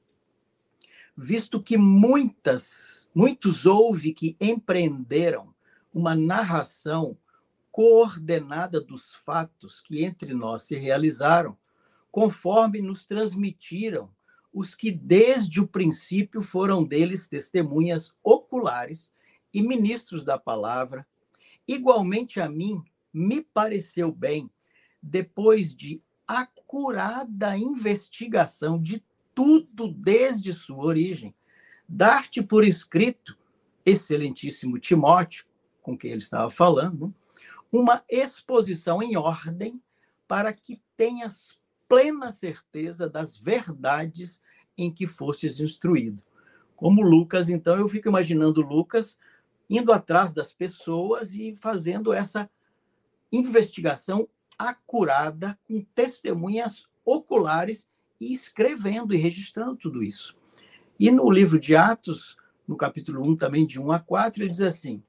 Visto que muitas, muitos houve que empreenderam uma narração coordenada dos fatos que entre nós se realizaram, conforme nos transmitiram os que desde o princípio foram deles testemunhas oculares e ministros da palavra, igualmente a mim me pareceu bem, depois de acurada investigação de tudo desde sua origem, dar-te por escrito, excelentíssimo Timóteo, com quem ele estava falando, uma exposição em ordem para que tenhas plena certeza das verdades em que fostes instruído. Como Lucas, então, eu fico imaginando Lucas indo atrás das pessoas e fazendo essa investigação acurada, com testemunhas oculares, e escrevendo e registrando tudo isso. E no livro de Atos, no capítulo um, também de um a quatro, ele diz assim,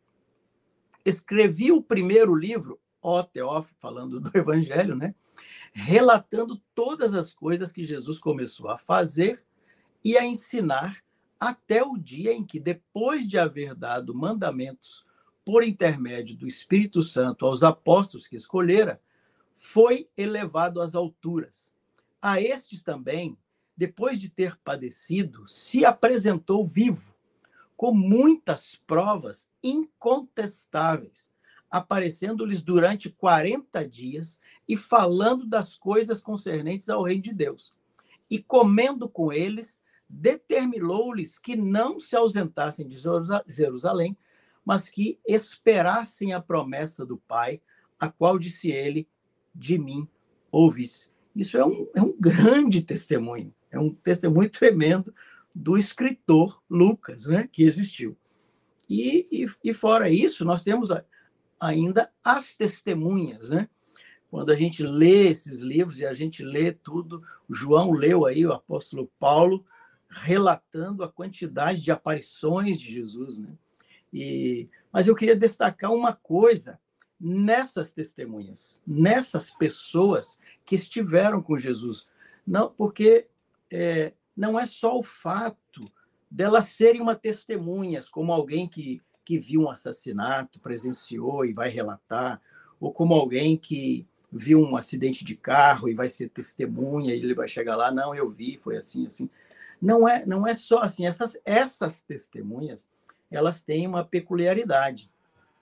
escrevi o primeiro livro, ó Teófilo, falando do Evangelho, né? Relatando todas as coisas que Jesus começou a fazer e a ensinar até o dia em que, depois de haver dado mandamentos por intermédio do Espírito Santo aos apóstolos que escolhera, foi elevado às alturas. A estes também, depois de ter padecido, se apresentou vivo, com muitas provas incontestáveis, aparecendo-lhes durante quarenta dias e falando das coisas concernentes ao reino de Deus. E comendo com eles, determinou-lhes que não se ausentassem de Jerusalém, mas que esperassem a promessa do Pai, a qual disse ele, de mim ouvisse. Isso é um, é um grande testemunho, é um testemunho tremendo do escritor Lucas, né, que existiu. E, e, e fora isso, nós temos ainda as testemunhas, né? Quando a gente lê esses livros e a gente lê tudo, o João leu aí, o apóstolo Paulo, relatando a quantidade de aparições de Jesus, né? E, mas eu queria destacar uma coisa nessas testemunhas, nessas pessoas que estiveram com Jesus. Não, porque é, não é só o fato delas serem uma testemunhas, como alguém que, que viu um assassinato, presenciou e vai relatar, ou como alguém que viu um acidente de carro e vai ser testemunha, e ele vai chegar lá, não, eu vi, foi assim, assim. Não é, não é só assim, essas, essas testemunhas, elas têm uma peculiaridade.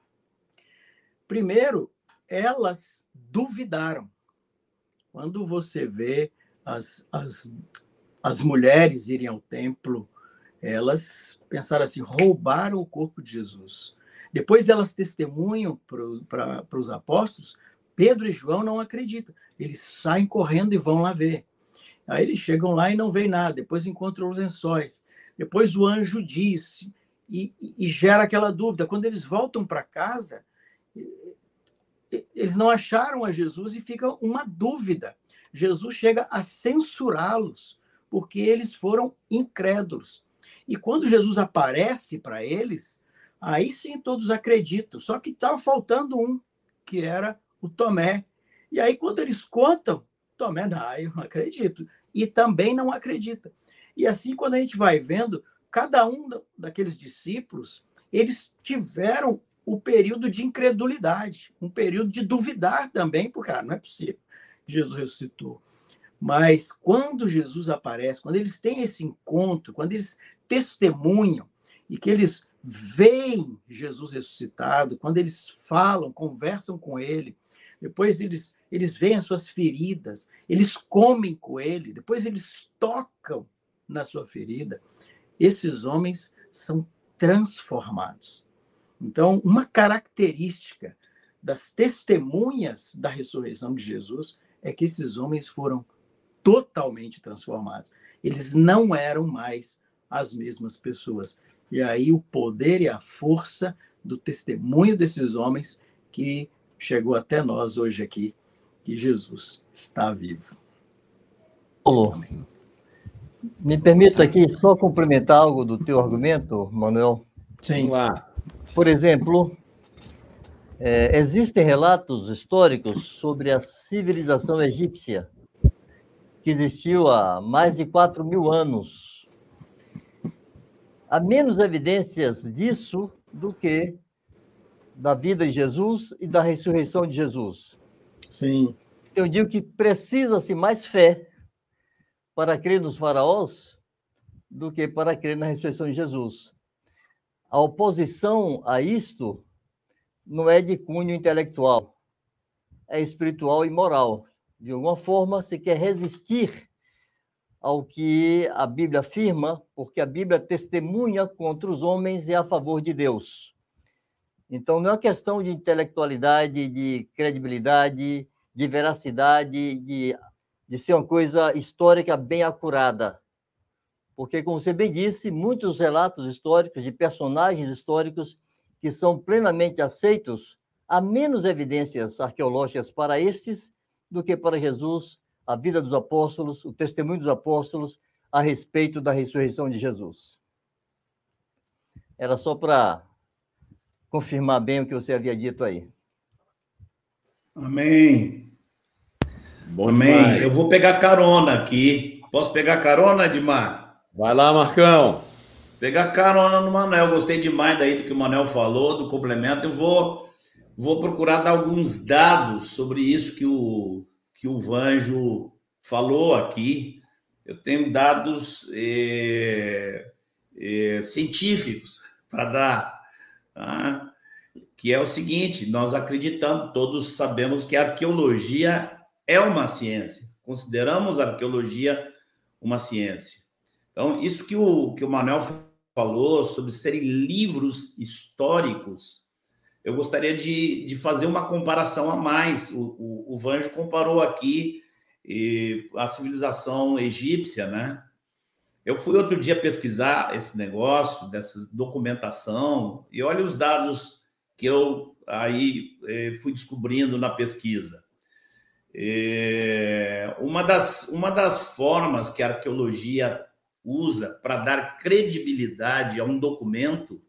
Primeiro, elas duvidaram. Quando você vê as, as, as mulheres irem ao templo, elas pensaram assim, roubaram o corpo de Jesus. Depois elas testemunham para os apóstolos, Pedro e João não acreditam. Eles saem correndo e vão lá ver. Aí eles chegam lá e não veem nada. Depois encontram os lençóis. Depois o anjo disse e, e gera aquela dúvida. Quando eles voltam para casa, eles não acharam a Jesus e fica uma dúvida. Jesus chega a censurá-los, porque eles foram incrédulos. E quando Jesus aparece para eles, aí sim todos acreditam. Só que estava faltando um, que era o Tomé. E aí, quando eles contam, Tomé, não, eu não acredito. E também não acredita. E assim, quando a gente vai vendo, cada um daqueles discípulos, eles tiveram o período de incredulidade, um período de duvidar também, porque ah, não é possível que Jesus ressuscitou. Mas quando Jesus aparece, quando eles têm esse encontro, quando eles testemunham e que eles veem Jesus ressuscitado, quando eles falam, conversam com ele, depois eles, eles veem as suas feridas, eles comem com ele, depois eles tocam na sua ferida, esses homens são transformados. Então, uma característica das testemunhas da ressurreição de Jesus é que esses homens foram totalmente transformados. Eles não eram mais as mesmas pessoas. E aí o poder e a força do testemunho desses homens que chegou até nós hoje aqui, que Jesus está vivo. Paulo, me permita aqui só complementar algo do teu argumento, Manuel? Sim. Vamos lá. Por exemplo, é, existem relatos históricos sobre a civilização egípcia, que existiu há mais de quatro mil anos. Há menos evidências disso do que da vida de Jesus e da ressurreição de Jesus. Sim. Eu digo que precisa-se mais fé para crer nos faraós do que para crer na ressurreição de Jesus. A oposição a isto não é de cunho intelectual, é espiritual e moral. De alguma forma, se quer resistir ao que a Bíblia afirma, porque a Bíblia testemunha contra os homens e a favor de Deus. Então, não é uma questão de intelectualidade, de credibilidade, de veracidade, de, de ser uma coisa histórica bem acurada. Porque, como você bem disse, muitos relatos históricos de personagens históricos que são plenamente aceitos, há menos evidências arqueológicas para estes do que para Jesus, a vida dos apóstolos, o testemunho dos apóstolos a respeito da ressurreição de Jesus. Era só para confirmar bem o que você havia dito aí. Amém. Bom Amém. demais. Eu vou pegar carona aqui. Posso pegar carona, Edmar? Vai lá, Marcão. Pegar carona no Manuel. Gostei demais daí do que o Manuel falou, do complemento. Eu vou, vou procurar dar alguns dados sobre isso que o, que o Vanjo falou aqui. Eu tenho dados é, é, científicos para dar, tá? Que é o seguinte: nós acreditamos, todos sabemos que a arqueologia é uma ciência. Consideramos a arqueologia uma ciência. Então, isso que o, que o Manuel falou sobre serem livros históricos, eu gostaria de, de fazer uma comparação a mais. O, o, o Vanjo comparou aqui e, a civilização egípcia, né? Eu fui outro dia pesquisar esse negócio, dessa documentação, e olha os dados que eu aí eh, fui descobrindo na pesquisa. Eh, uma, das, uma das formas que a arqueologia usa para dar credibilidade a um documento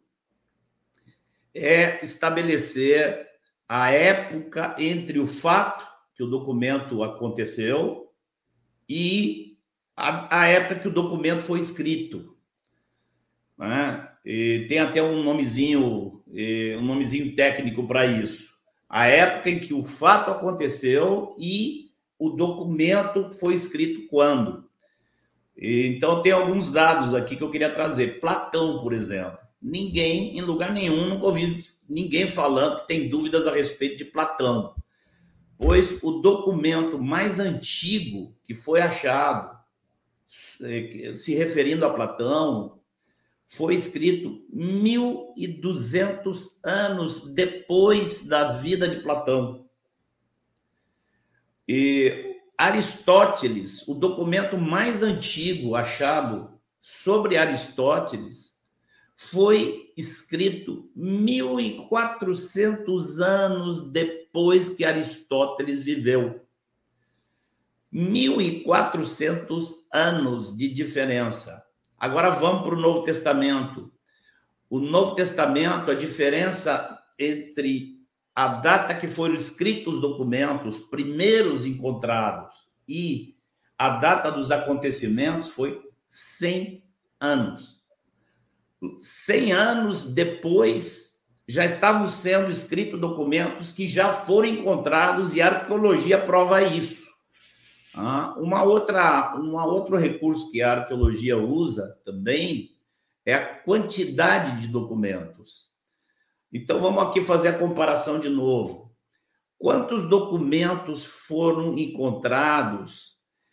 é estabelecer a época entre o fato que o documento aconteceu e a, a época que o documento foi escrito, né? E tem até um nomezinho, um nomezinho técnico para isso. A época em que o fato aconteceu e o documento foi escrito quando. Então, tem alguns dados aqui que eu queria trazer. Platão, por exemplo. Ninguém, em lugar nenhum, nunca ouvi ninguém falando que tem dúvidas a respeito de Platão. Pois o documento mais antigo que foi achado, se referindo a Platão, foi escrito mil e duzentos anos depois da vida de Platão. E Aristóteles, o documento mais antigo achado sobre Aristóteles, foi escrito mil e quatrocentos anos depois que Aristóteles viveu. mil e quatrocentos anos de diferença. Agora vamos para o Novo Testamento. O Novo Testamento, a diferença entre a data que foram escritos os documentos primeiros encontrados e a data dos acontecimentos foi cem anos. cem anos depois, já estavam sendo escritos documentos que já foram encontrados e a arqueologia prova isso. Ah, uma outra, um outro recurso que a arqueologia usa também é a quantidade de documentos. Então, vamos aqui fazer a comparação de novo. Quantos documentos foram encontrados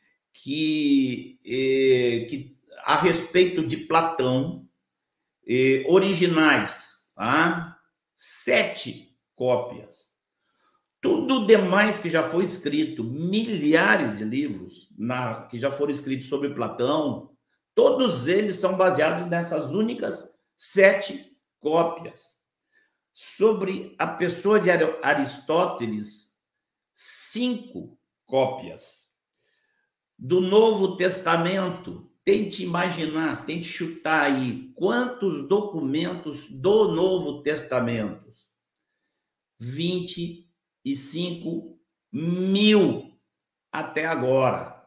que, eh, que a respeito de Platão, eh, originais? Tá? Sete cópias. Tudo demais que já foi escrito, milhares de livros na, que já foram escritos sobre Platão, todos eles são baseados nessas únicas sete cópias. Sobre a pessoa de Aristóteles, cinco cópias. Do Novo Testamento, tente imaginar, tente chutar aí, quantos documentos do Novo Testamento? vinte e cinco mil até agora.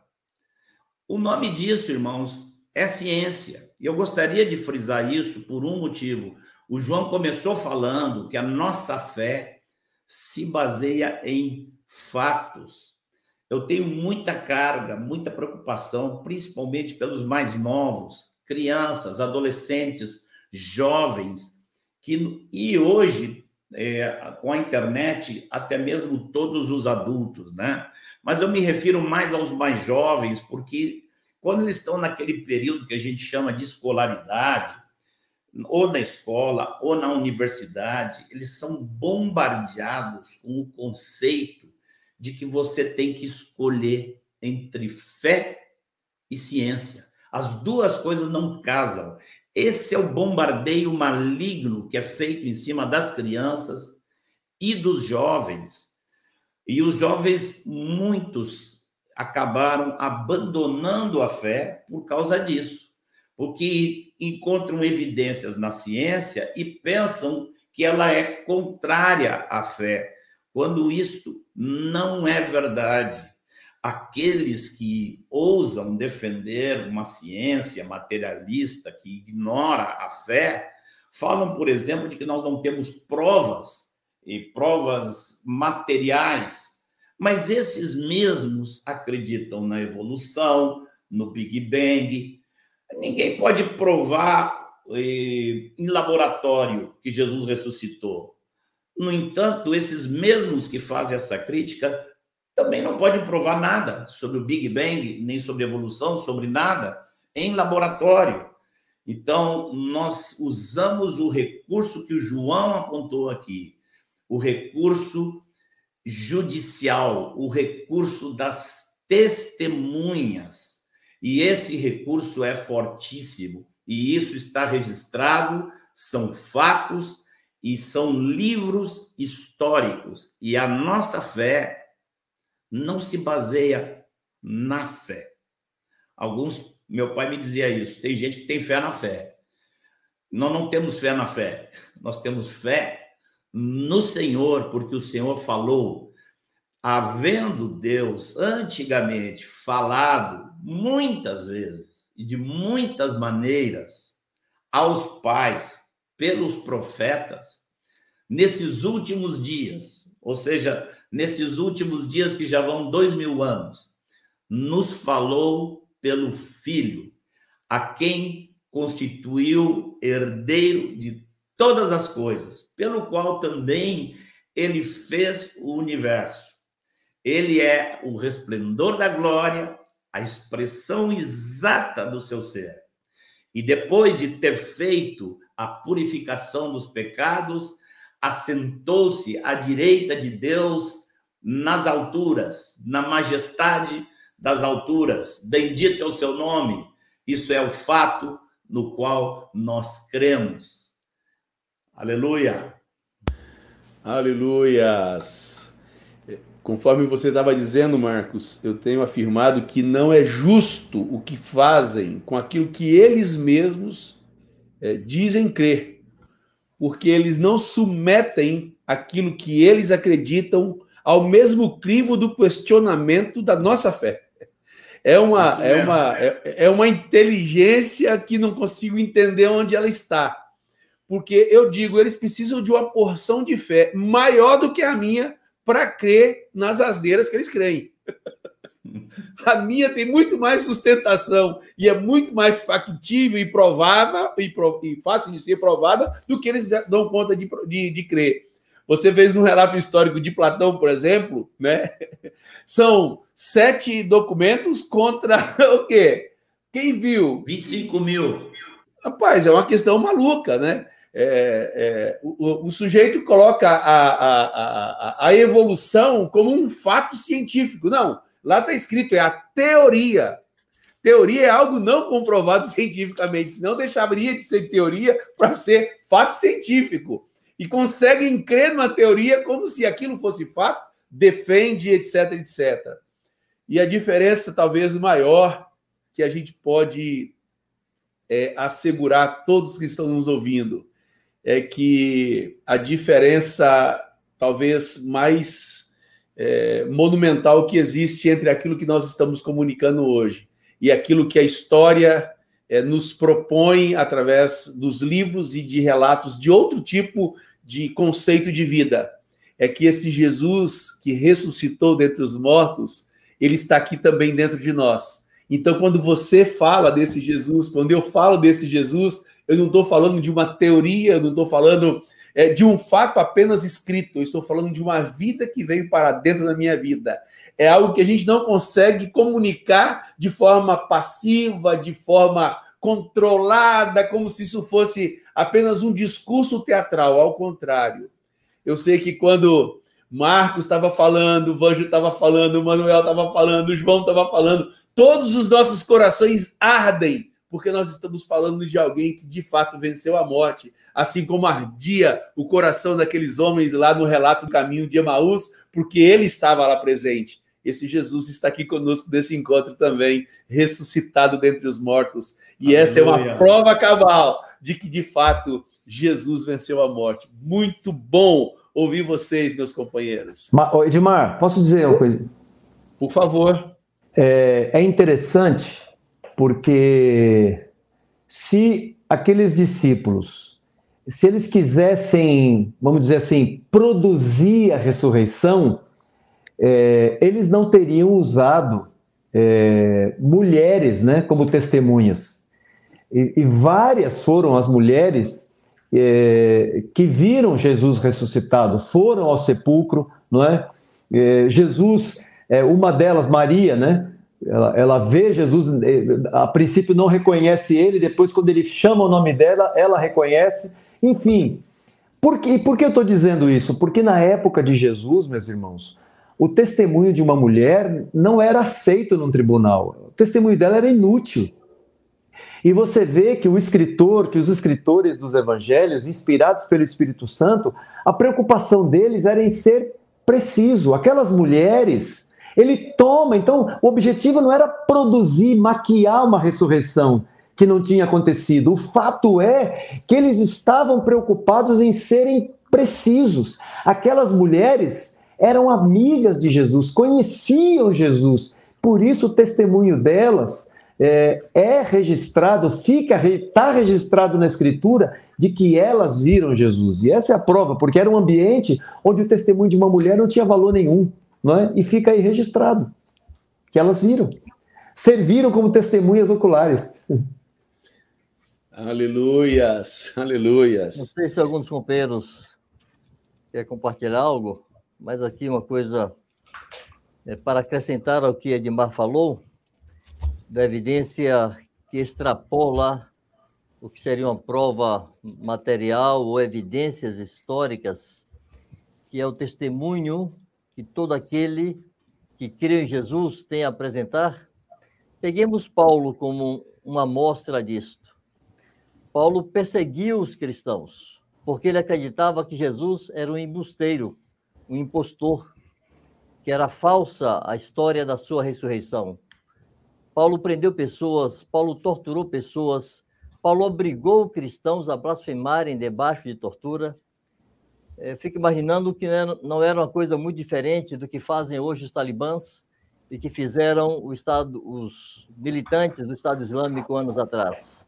O nome disso, irmãos, é ciência. E eu gostaria de frisar isso por um motivo. O João começou falando que a nossa fé se baseia em fatos. Eu tenho muita carga, muita preocupação, principalmente pelos mais novos, crianças, adolescentes, jovens, que, e hoje, é, com a internet, até mesmo todos os adultos, né? Mas eu me refiro mais aos mais jovens, porque quando eles estão naquele período que a gente chama de escolaridade, ou na escola, ou na universidade, eles são bombardeados com o conceito de que você tem que escolher entre fé e ciência. As duas coisas não casam. Esse é o bombardeio maligno que é feito em cima das crianças e dos jovens. E os jovens, muitos, acabaram abandonando a fé por causa disso. Porque encontram evidências na ciência e pensam que ela é contrária à fé, quando isto não é verdade. Aqueles que ousam defender uma ciência materialista que ignora a fé, falam, por exemplo, de que nós não temos provas, e provas materiais, mas esses mesmos acreditam na evolução, no Big Bang. Ninguém pode provar eh, em laboratório que Jesus ressuscitou. No entanto, esses mesmos que fazem essa crítica também não podem provar nada sobre o Big Bang, nem sobre evolução, sobre nada, em laboratório. Então, nós usamos o recurso que o João apontou aqui, o recurso judicial, o recurso das testemunhas. E esse recurso é fortíssimo, e isso está registrado, são fatos e são livros históricos. E a nossa fé não se baseia na fé. Alguns, meu pai me dizia isso, tem gente que tem fé na fé. Nós não temos fé na fé, nós temos fé no Senhor, porque o Senhor falou, havendo Deus antigamente falado muitas vezes e de muitas maneiras aos pais pelos profetas, nesses últimos dias, ou seja, nesses últimos dias que já vão dois mil anos, nos falou pelo Filho, a quem constituiu herdeiro de todas as coisas, pelo qual também ele fez o universo. Ele é o resplendor da glória, a expressão exata do seu ser. E depois de ter feito a purificação dos pecados, assentou-se à direita de Deus nas alturas, na majestade das alturas. Bendito é o seu nome. Isso é o fato no qual nós cremos. Aleluia. Aleluias. Conforme você estava dizendo, Marcos, eu tenho afirmado que não é justo o que fazem com aquilo que eles mesmos é, dizem crer, porque eles não submetem aquilo que eles acreditam ao mesmo crivo do questionamento da nossa fé. É uma, é uma, é, é uma inteligência que não consigo entender onde ela está. Porque eu digo, eles precisam de uma porção de fé maior do que a minha para crer nas asneiras que eles creem. A minha tem muito mais sustentação e é muito mais factível e provável e, pro, e fácil de ser provada do que eles dão conta de, de, de crer. Você fez um relato histórico de Platão, por exemplo, né? São sete documentos contra o quê? Quem viu? vinte e cinco mil. Rapaz, é uma questão maluca, né? É, é, o, o sujeito coloca a, a, a, a evolução como um fato científico. Não, lá está escrito, é a teoria. Teoria é algo não comprovado cientificamente, senão deixaria de ser teoria para ser fato científico. E conseguem crer numa teoria como se aquilo fosse fato, defende, etc, etcétera. E a diferença talvez maior que a gente pode é, assegurar a todos que estão nos ouvindo é que a diferença talvez mais é, monumental que existe entre aquilo que nós estamos comunicando hoje e aquilo que a história é, nos propõe através dos livros e de relatos de outro tipo de conceito de vida, é que esse Jesus que ressuscitou dentre os mortos, ele está aqui também dentro de nós. Então, quando você fala desse Jesus, quando eu falo desse Jesus, eu não estou falando de uma teoria, eu não estou falando é, de um fato apenas escrito, eu estou falando de uma vida que veio para dentro da minha vida. É algo que a gente não consegue comunicar de forma passiva, de forma controlada, como se isso fosse apenas um discurso teatral. Ao contrário, eu sei que quando Marcos estava falando, o Vanjo estava falando, o Manuel estava falando, o João estava falando, todos os nossos corações ardem, porque nós estamos falando de alguém que de fato venceu a morte, assim como ardia o coração daqueles homens lá no relato do caminho de Emaús, porque ele estava lá presente. Esse Jesus está aqui conosco nesse encontro também, ressuscitado dentre os mortos. E Aleluia. Essa é uma prova cabal de que, de fato, Jesus venceu a morte. Muito bom ouvir vocês, meus companheiros. Edmar, posso dizer uma coisa? Por favor. É, é interessante porque se aqueles discípulos, se eles quisessem, vamos dizer assim, produzir a ressurreição, É, eles não teriam usado é, mulheres, né, como testemunhas. E, e várias foram as mulheres é, que viram Jesus ressuscitado, foram ao sepulcro, não é? É, Jesus, é, uma delas, Maria, né? Ela, ela vê Jesus, a princípio não reconhece ele, depois quando ele chama o nome dela, ela reconhece. Enfim, por que, por que eu estou dizendo isso? Porque na época de Jesus, meus irmãos, o testemunho de uma mulher não era aceito num tribunal. O testemunho dela era inútil. E você vê que o escritor, que os escritores dos evangelhos, inspirados pelo Espírito Santo, a preocupação deles era em ser preciso. Aquelas mulheres, ele toma, então o objetivo não era produzir, maquiar uma ressurreição que não tinha acontecido. O fato é que eles estavam preocupados em serem precisos. Aquelas mulheres eram amigas de Jesus, conheciam Jesus, por isso o testemunho delas é, é registrado, fica, está registrado na Escritura de que elas viram Jesus. E essa é a prova, porque era um ambiente onde o testemunho de uma mulher não tinha valor nenhum, não é? E fica aí registrado, que elas viram, serviram como testemunhas oculares. Aleluias, aleluias. Não sei se alguns companheiros querem compartilhar algo, mas aqui uma coisa é, para acrescentar ao que Edmar falou, da evidência que extrapola o que seria uma prova material ou evidências históricas, que é o testemunho que todo aquele que crê em Jesus tem a apresentar. Peguemos Paulo como uma amostra disto. Paulo perseguiu os cristãos, porque ele acreditava que Jesus era um embusteiro, um impostor, que era falsa a história da sua ressurreição. Paulo prendeu pessoas, Paulo torturou pessoas, Paulo obrigou cristãos a blasfemarem debaixo de tortura. Eu fico imaginando que não era uma coisa muito diferente do que fazem hoje os talibãs e que fizeram o Estado, os militantes do Estado Islâmico anos atrás.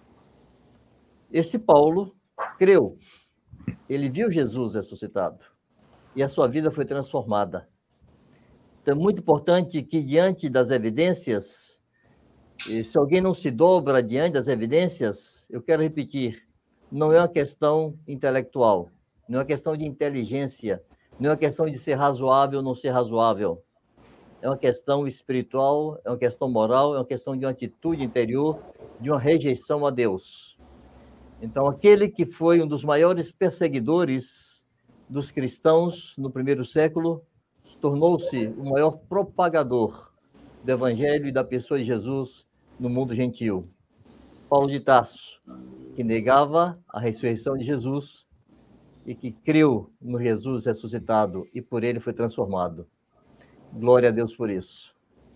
Esse Paulo creu, ele viu Jesus ressuscitado e a sua vida foi transformada. Então é muito importante que, diante das evidências, e se alguém não se dobra diante das evidências, eu quero repetir, não é uma questão intelectual, não é uma questão de inteligência, não é uma questão de ser razoável ou não ser razoável. É uma questão espiritual, é uma questão moral, é uma questão de uma atitude interior, de uma rejeição a Deus. Então, aquele que foi um dos maiores perseguidores dos cristãos no primeiro século, tornou-se o maior propagador do Evangelho e da pessoa de Jesus no mundo gentil. Paulo de Tarso, que negava a ressurreição de Jesus e que creu no Jesus ressuscitado e por ele foi transformado. Glória a Deus por isso.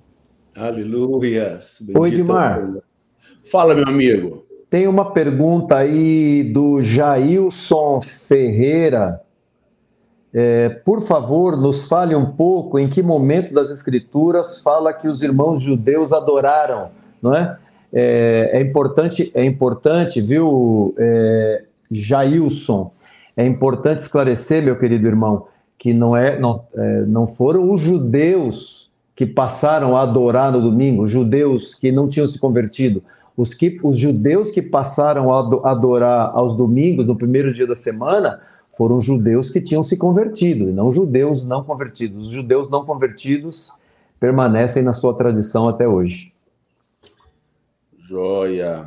Aleluia. Oi, Edmar. Fala, meu amigo. Tem uma pergunta aí do Jailson Ferreira. É, por favor, nos fale um pouco em que momento das Escrituras fala que os irmãos judeus adoraram, não é? É, é importante, é importante, viu, é, Jailson? É importante esclarecer, meu querido irmão, que não, é, não, é, não foram os judeus que passaram a adorar no domingo, os judeus que não tinham se convertido. Os, que, os judeus que passaram a adorar aos domingos, no primeiro dia da semana, foram judeus que tinham se convertido, e não judeus não convertidos. Os judeus não convertidos permanecem na sua tradição até hoje. Joia.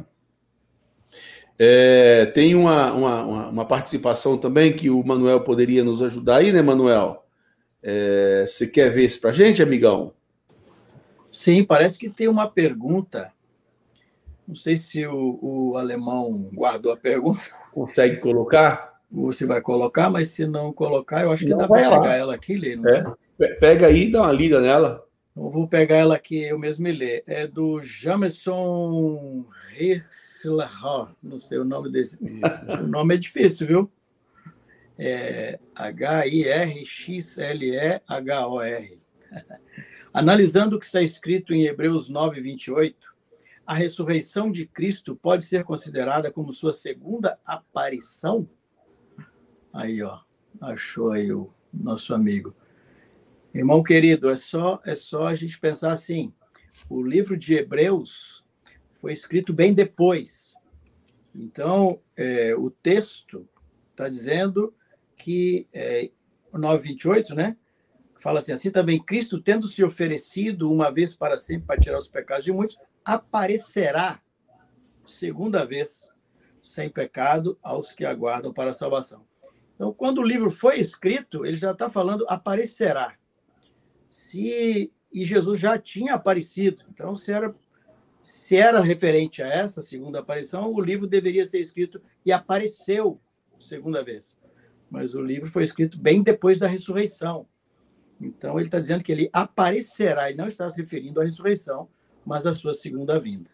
É, tem uma, uma, uma participação também que o Manuel poderia nos ajudar aí, né, Manuel? É, você quer ver isso para a gente, amigão? Sim, parece que tem uma pergunta. Não sei se o, o alemão guardou a pergunta. Consegue colocar? Você vai colocar, mas se não colocar, eu acho que não, dá para pegar lá. ela aqui e ler. Não é. É? Pega aí e dá uma lida nela. Eu vou pegar ela aqui, eu mesmo e ler. É do Jameson Hirschler. Não sei o nome desse. O nome é difícil, viu? É H I R X L E H O R. Analisando o que está escrito em Hebreus nove, vinte e oito, a ressurreição de Cristo pode ser considerada como sua segunda aparição? Aí, ó, achou aí o nosso amigo. Irmão querido, é só, é só a gente pensar assim, o livro de Hebreus foi escrito bem depois. Então, é, o texto está dizendo que, é, nove, vinte e oito, né? Fala assim, assim também Cristo, tendo se oferecido uma vez para sempre para tirar os pecados de muitos, aparecerá segunda vez sem pecado aos que aguardam para a salvação. Então, quando o livro foi escrito, ele já está falando aparecerá. Se, e Jesus já tinha aparecido. Então, se era, se era referente a essa segunda aparição, o livro deveria ser escrito e apareceu segunda vez. Mas o livro foi escrito bem depois da ressurreição. Então, ele está dizendo que ele aparecerá, e não está se referindo à ressurreição, mas à sua segunda vinda.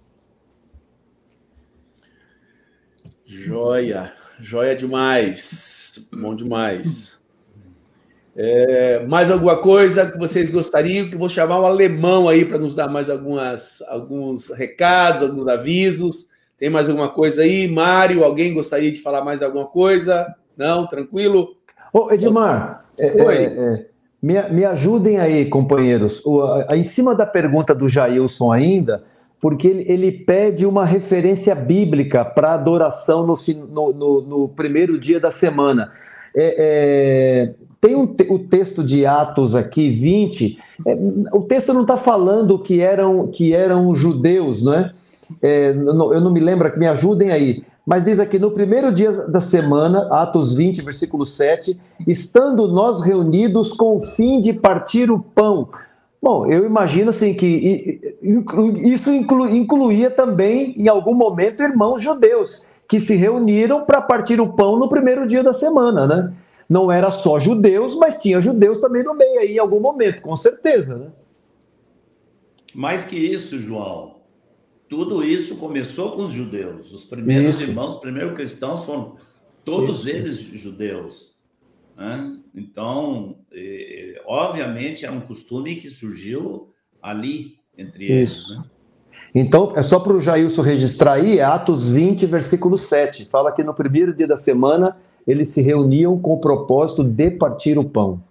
Joia, joia demais, bom demais. É, mais alguma coisa que vocês gostariam? Que eu vou chamar o alemão aí para nos dar mais algumas, alguns recados, alguns avisos. Tem mais alguma coisa aí? Mário, alguém gostaria de falar mais alguma coisa? Não? Tranquilo? Ô, Edmar, é, Oi. É, é, me, me ajudem aí, companheiros. O, a, em cima da pergunta do Jailson ainda, porque ele, ele pede uma referência bíblica para adoração no, no, no, no primeiro dia da semana. é, é, tem um, o texto de Atos aqui, vinte, é, o texto não está falando que eram, que eram judeus, não é? É, eu não me lembro, me ajudem aí, mas diz aqui, no primeiro dia da semana, Atos vinte, versículo sete, estando nós reunidos com o fim de partir o pão. Bom, eu imagino assim que isso inclu, incluía também, em algum momento, irmãos judeus, que se reuniram para partir o pão no primeiro dia da semana, né? Não era só judeus, mas tinha judeus também no meio aí, em algum momento, com certeza, né? Mais que isso, João, tudo isso começou com os judeus. Os primeiros isso. irmãos, os primeiros cristãos foram todos isso. eles judeus. Né? Então, é, obviamente, é um costume que surgiu ali entre eles. Né? Então, é só para o Jailson registrar aí, Atos vinte, versículo sete. Fala que no primeiro dia da semana eles se reuniam com o propósito de partir o pão.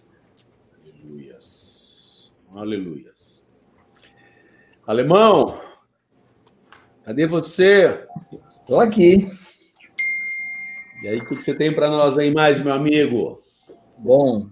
Aleluias. Aleluias. Alemão, cadê você? Estou aqui. E aí, o que você tem para nós aí mais, meu amigo? Bom,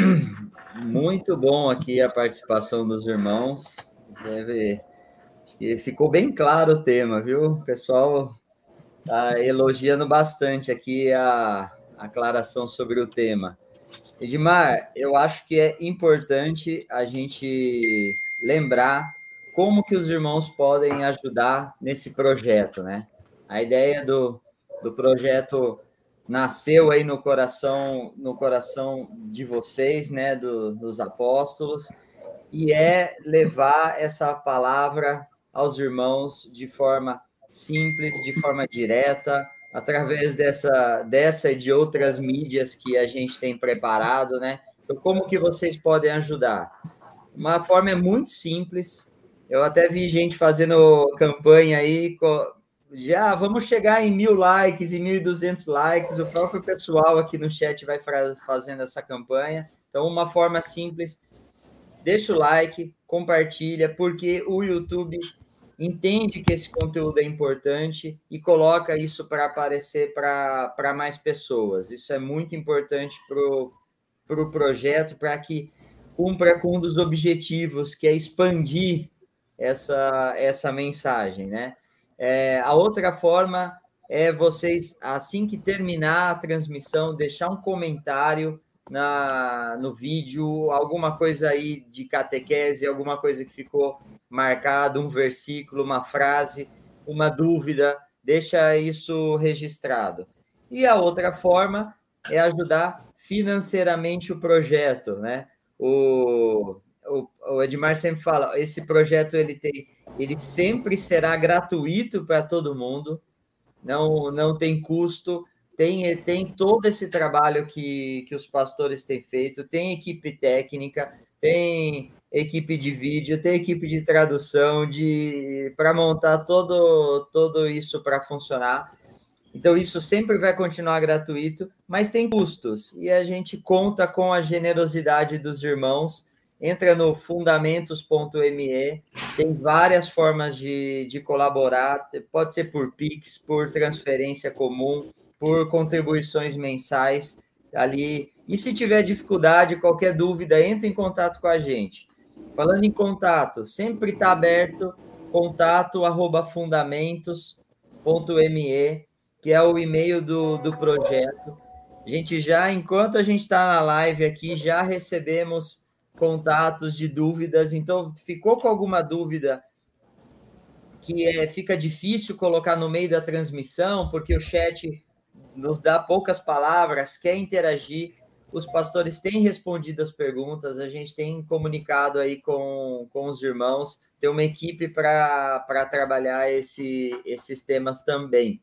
muito bom aqui a participação dos irmãos. Deve... Acho que ficou bem claro o tema, viu? O pessoal está elogiando bastante aqui a aclaração sobre o tema. Edmar, eu acho que é importante a gente lembrar como que os irmãos podem ajudar nesse projeto, né? A ideia do, do projeto nasceu aí no coração, no coração de vocês, né, do, dos apóstolos, e é levar essa palavra aos irmãos de forma simples, de forma direta, através dessa, dessa e de outras mídias que a gente tem preparado, né? Então, como que vocês podem ajudar? Uma forma é muito simples. Eu até vi gente fazendo campanha aí, já vamos chegar em mil likes, em mil e duzentos likes, o próprio pessoal aqui no chat vai fazendo essa campanha. Então, uma forma simples, deixa o like, compartilha, porque o YouTube entende que esse conteúdo é importante e coloca isso para aparecer para mais pessoas. Isso é muito importante para o pro projeto, para que cumpra com um dos objetivos, que é expandir essa, essa mensagem, né? É, a outra forma é vocês, assim que terminar a transmissão, deixar um comentário na, no vídeo, alguma coisa aí de catequese, alguma coisa que ficou marcado, um versículo, uma frase, uma dúvida, deixa isso registrado. E a outra forma é ajudar financeiramente o projeto, né? O, o, o Edmar sempre fala, esse projeto ele tem, ele sempre será gratuito para todo mundo, não, não tem custo, tem, tem todo esse trabalho que, que os pastores têm feito, tem equipe técnica, tem equipe de vídeo, tem equipe de tradução, de, para montar todo, todo isso para funcionar. Então, isso sempre vai continuar gratuito, mas tem custos, e a gente conta com a generosidade dos irmãos. Entra no fundamentos ponto me, tem várias formas de, de colaborar, pode ser por Pix, por transferência comum, por contribuições mensais ali. E se tiver dificuldade, qualquer dúvida, entre em contato com a gente. Falando em contato, sempre está aberto, contato arroba fundamentos ponto me, que é o e-mail do, do projeto. A gente já, enquanto a gente está na live aqui, já recebemos contatos de dúvidas, então ficou com alguma dúvida que é, fica difícil colocar no meio da transmissão, porque o chat nos dá poucas palavras, quer interagir, os pastores têm respondido as perguntas, a gente tem comunicado aí com, com os irmãos, tem uma equipe para trabalhar esse, esses temas também.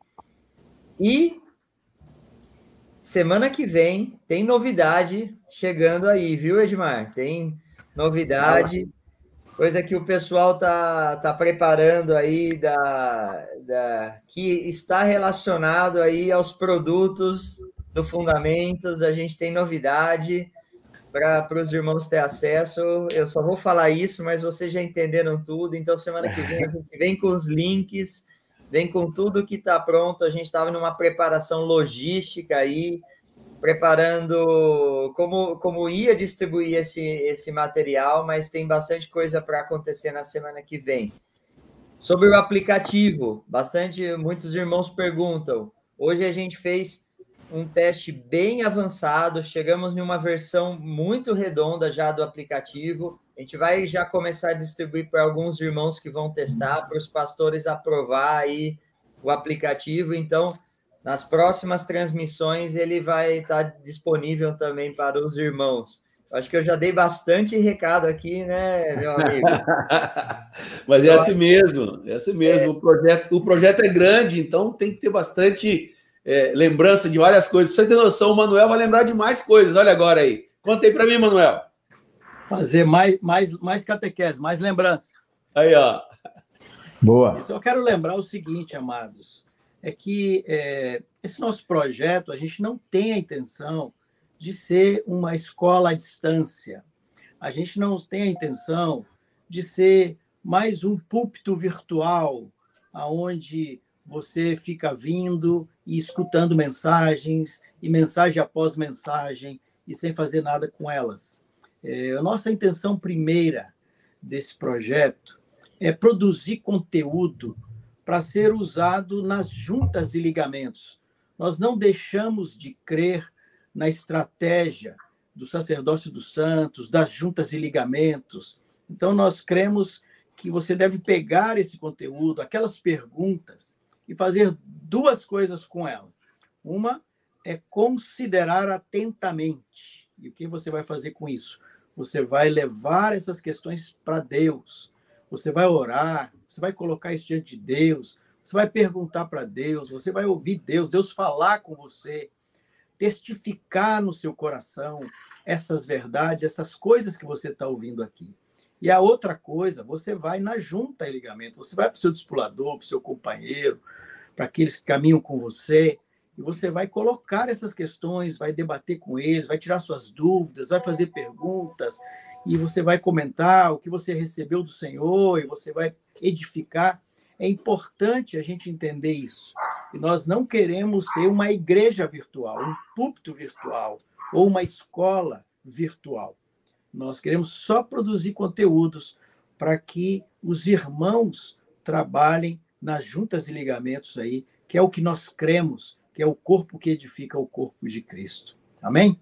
E semana que vem tem novidade chegando aí, viu, Edmar? Tem novidade, coisa que o pessoal tá, tá preparando aí, da, da, que está relacionado aí aos produtos do Fundamentos. A gente tem novidade para os irmãos ter acesso. Eu só vou falar isso, mas vocês já entenderam tudo. Então, semana que vem a gente vem com os links, vem com tudo que está pronto. A gente estava numa preparação logística aí, preparando como, como ia distribuir esse, esse material, mas tem bastante coisa para acontecer na semana que vem. Sobre o aplicativo, bastante, muitos irmãos perguntam. Hoje a gente fez um teste bem avançado, chegamos em uma versão muito redonda já do aplicativo. A gente vai já começar a distribuir para alguns irmãos que vão testar, para os pastores aprovar aí o aplicativo. Então, nas próximas transmissões, ele vai estar disponível também para os irmãos. Acho que eu já dei bastante recado aqui, né, meu amigo? Mas é assim mesmo, é assim mesmo. É... O, projeto, o projeto é grande, então tem que ter bastante é, lembrança de várias coisas. Pra você ter noção, o Manuel vai lembrar de mais coisas. Olha agora aí. Conta aí para mim, Manuel. Fazer mais, mais, mais catequese, mais lembrança. Aí, ó. Boa. Eu só quero lembrar o seguinte, amados, é que é, esse nosso projeto, a gente não tem a intenção de ser uma escola à distância. A gente não tem a intenção de ser mais um púlpito virtual, onde você fica vindo e escutando mensagens, e mensagem após mensagem, e sem fazer nada com elas. É, a nossa intenção primeira desse projeto é produzir conteúdo para ser usado nas juntas de ligamentos. Nós não deixamos de crer na estratégia do sacerdócio dos santos, das juntas de ligamentos. Então, nós cremos que você deve pegar esse conteúdo, aquelas perguntas, e fazer duas coisas com elas. Uma é considerar atentamente. E o que você vai fazer com isso? Você vai levar essas questões para Deus. Você vai orar, você vai colocar isso diante de Deus, você vai perguntar para Deus, você vai ouvir Deus, Deus falar com você, testificar no seu coração essas verdades, essas coisas que você está ouvindo aqui. E a outra coisa, você vai na junta e ligamento, você vai para o seu discipulador, para o seu companheiro, para aqueles que caminham com você, e você vai colocar essas questões, vai debater com eles, vai tirar suas dúvidas, vai fazer perguntas, e você vai comentar o que você recebeu do Senhor, e você vai edificar. É importante a gente entender isso. E nós não queremos ser uma igreja virtual, um púlpito virtual, ou uma escola virtual. Nós queremos só produzir conteúdos para que os irmãos trabalhem nas juntas e ligamentos aí, que é o que nós cremos, que é o corpo que edifica o corpo de Cristo. Amém?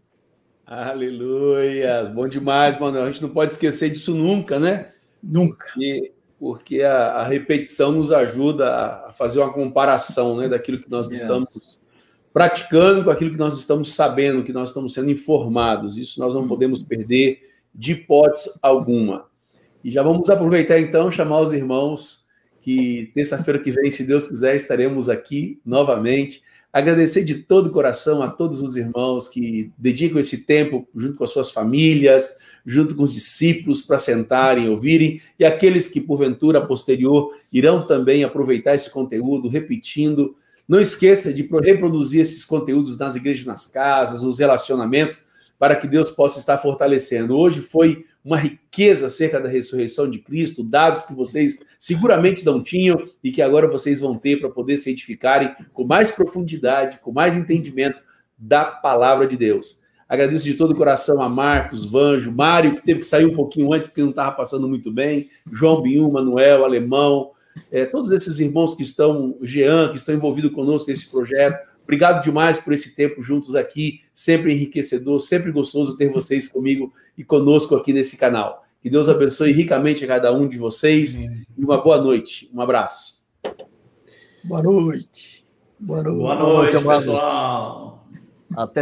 Aleluia! Bom demais, Manuel. A gente não pode esquecer disso nunca, né? Nunca. Porque, porque a, a repetição nos ajuda a fazer uma comparação, né, daquilo que nós yes. estamos praticando com aquilo que nós estamos sabendo, que nós estamos sendo informados. Isso nós não podemos perder de hipótese alguma. E já vamos aproveitar, então, chamar os irmãos que terça-feira que vem, se Deus quiser, estaremos aqui novamente. Agradecer de todo o coração a todos os irmãos que dedicam esse tempo junto com as suas famílias, junto com os discípulos, para sentarem, ouvirem, e aqueles que, porventura, posterior, irão também aproveitar esse conteúdo, repetindo. Não esqueça de reproduzir esses conteúdos nas igrejas, nas casas, nos relacionamentos, para que Deus possa estar fortalecendo. Hoje foi uma riqueza acerca da ressurreição de Cristo, dados que vocês seguramente não tinham e que agora vocês vão ter para poder se edificarem com mais profundidade, com mais entendimento da palavra de Deus. Agradeço de todo o coração a Marcos, Vanjo, Mário, que teve que sair um pouquinho antes porque não estava passando muito bem, João Bium, Manuel, Alemão, é, todos esses irmãos que estão, Jean, que estão envolvidos conosco nesse projeto. Obrigado demais por esse tempo juntos aqui, sempre enriquecedor, sempre gostoso ter vocês comigo e conosco aqui nesse canal. Que Deus abençoe ricamente a cada um de vocês e uma boa noite. Um abraço. Boa noite. Boa noite, boa noite pessoal. Até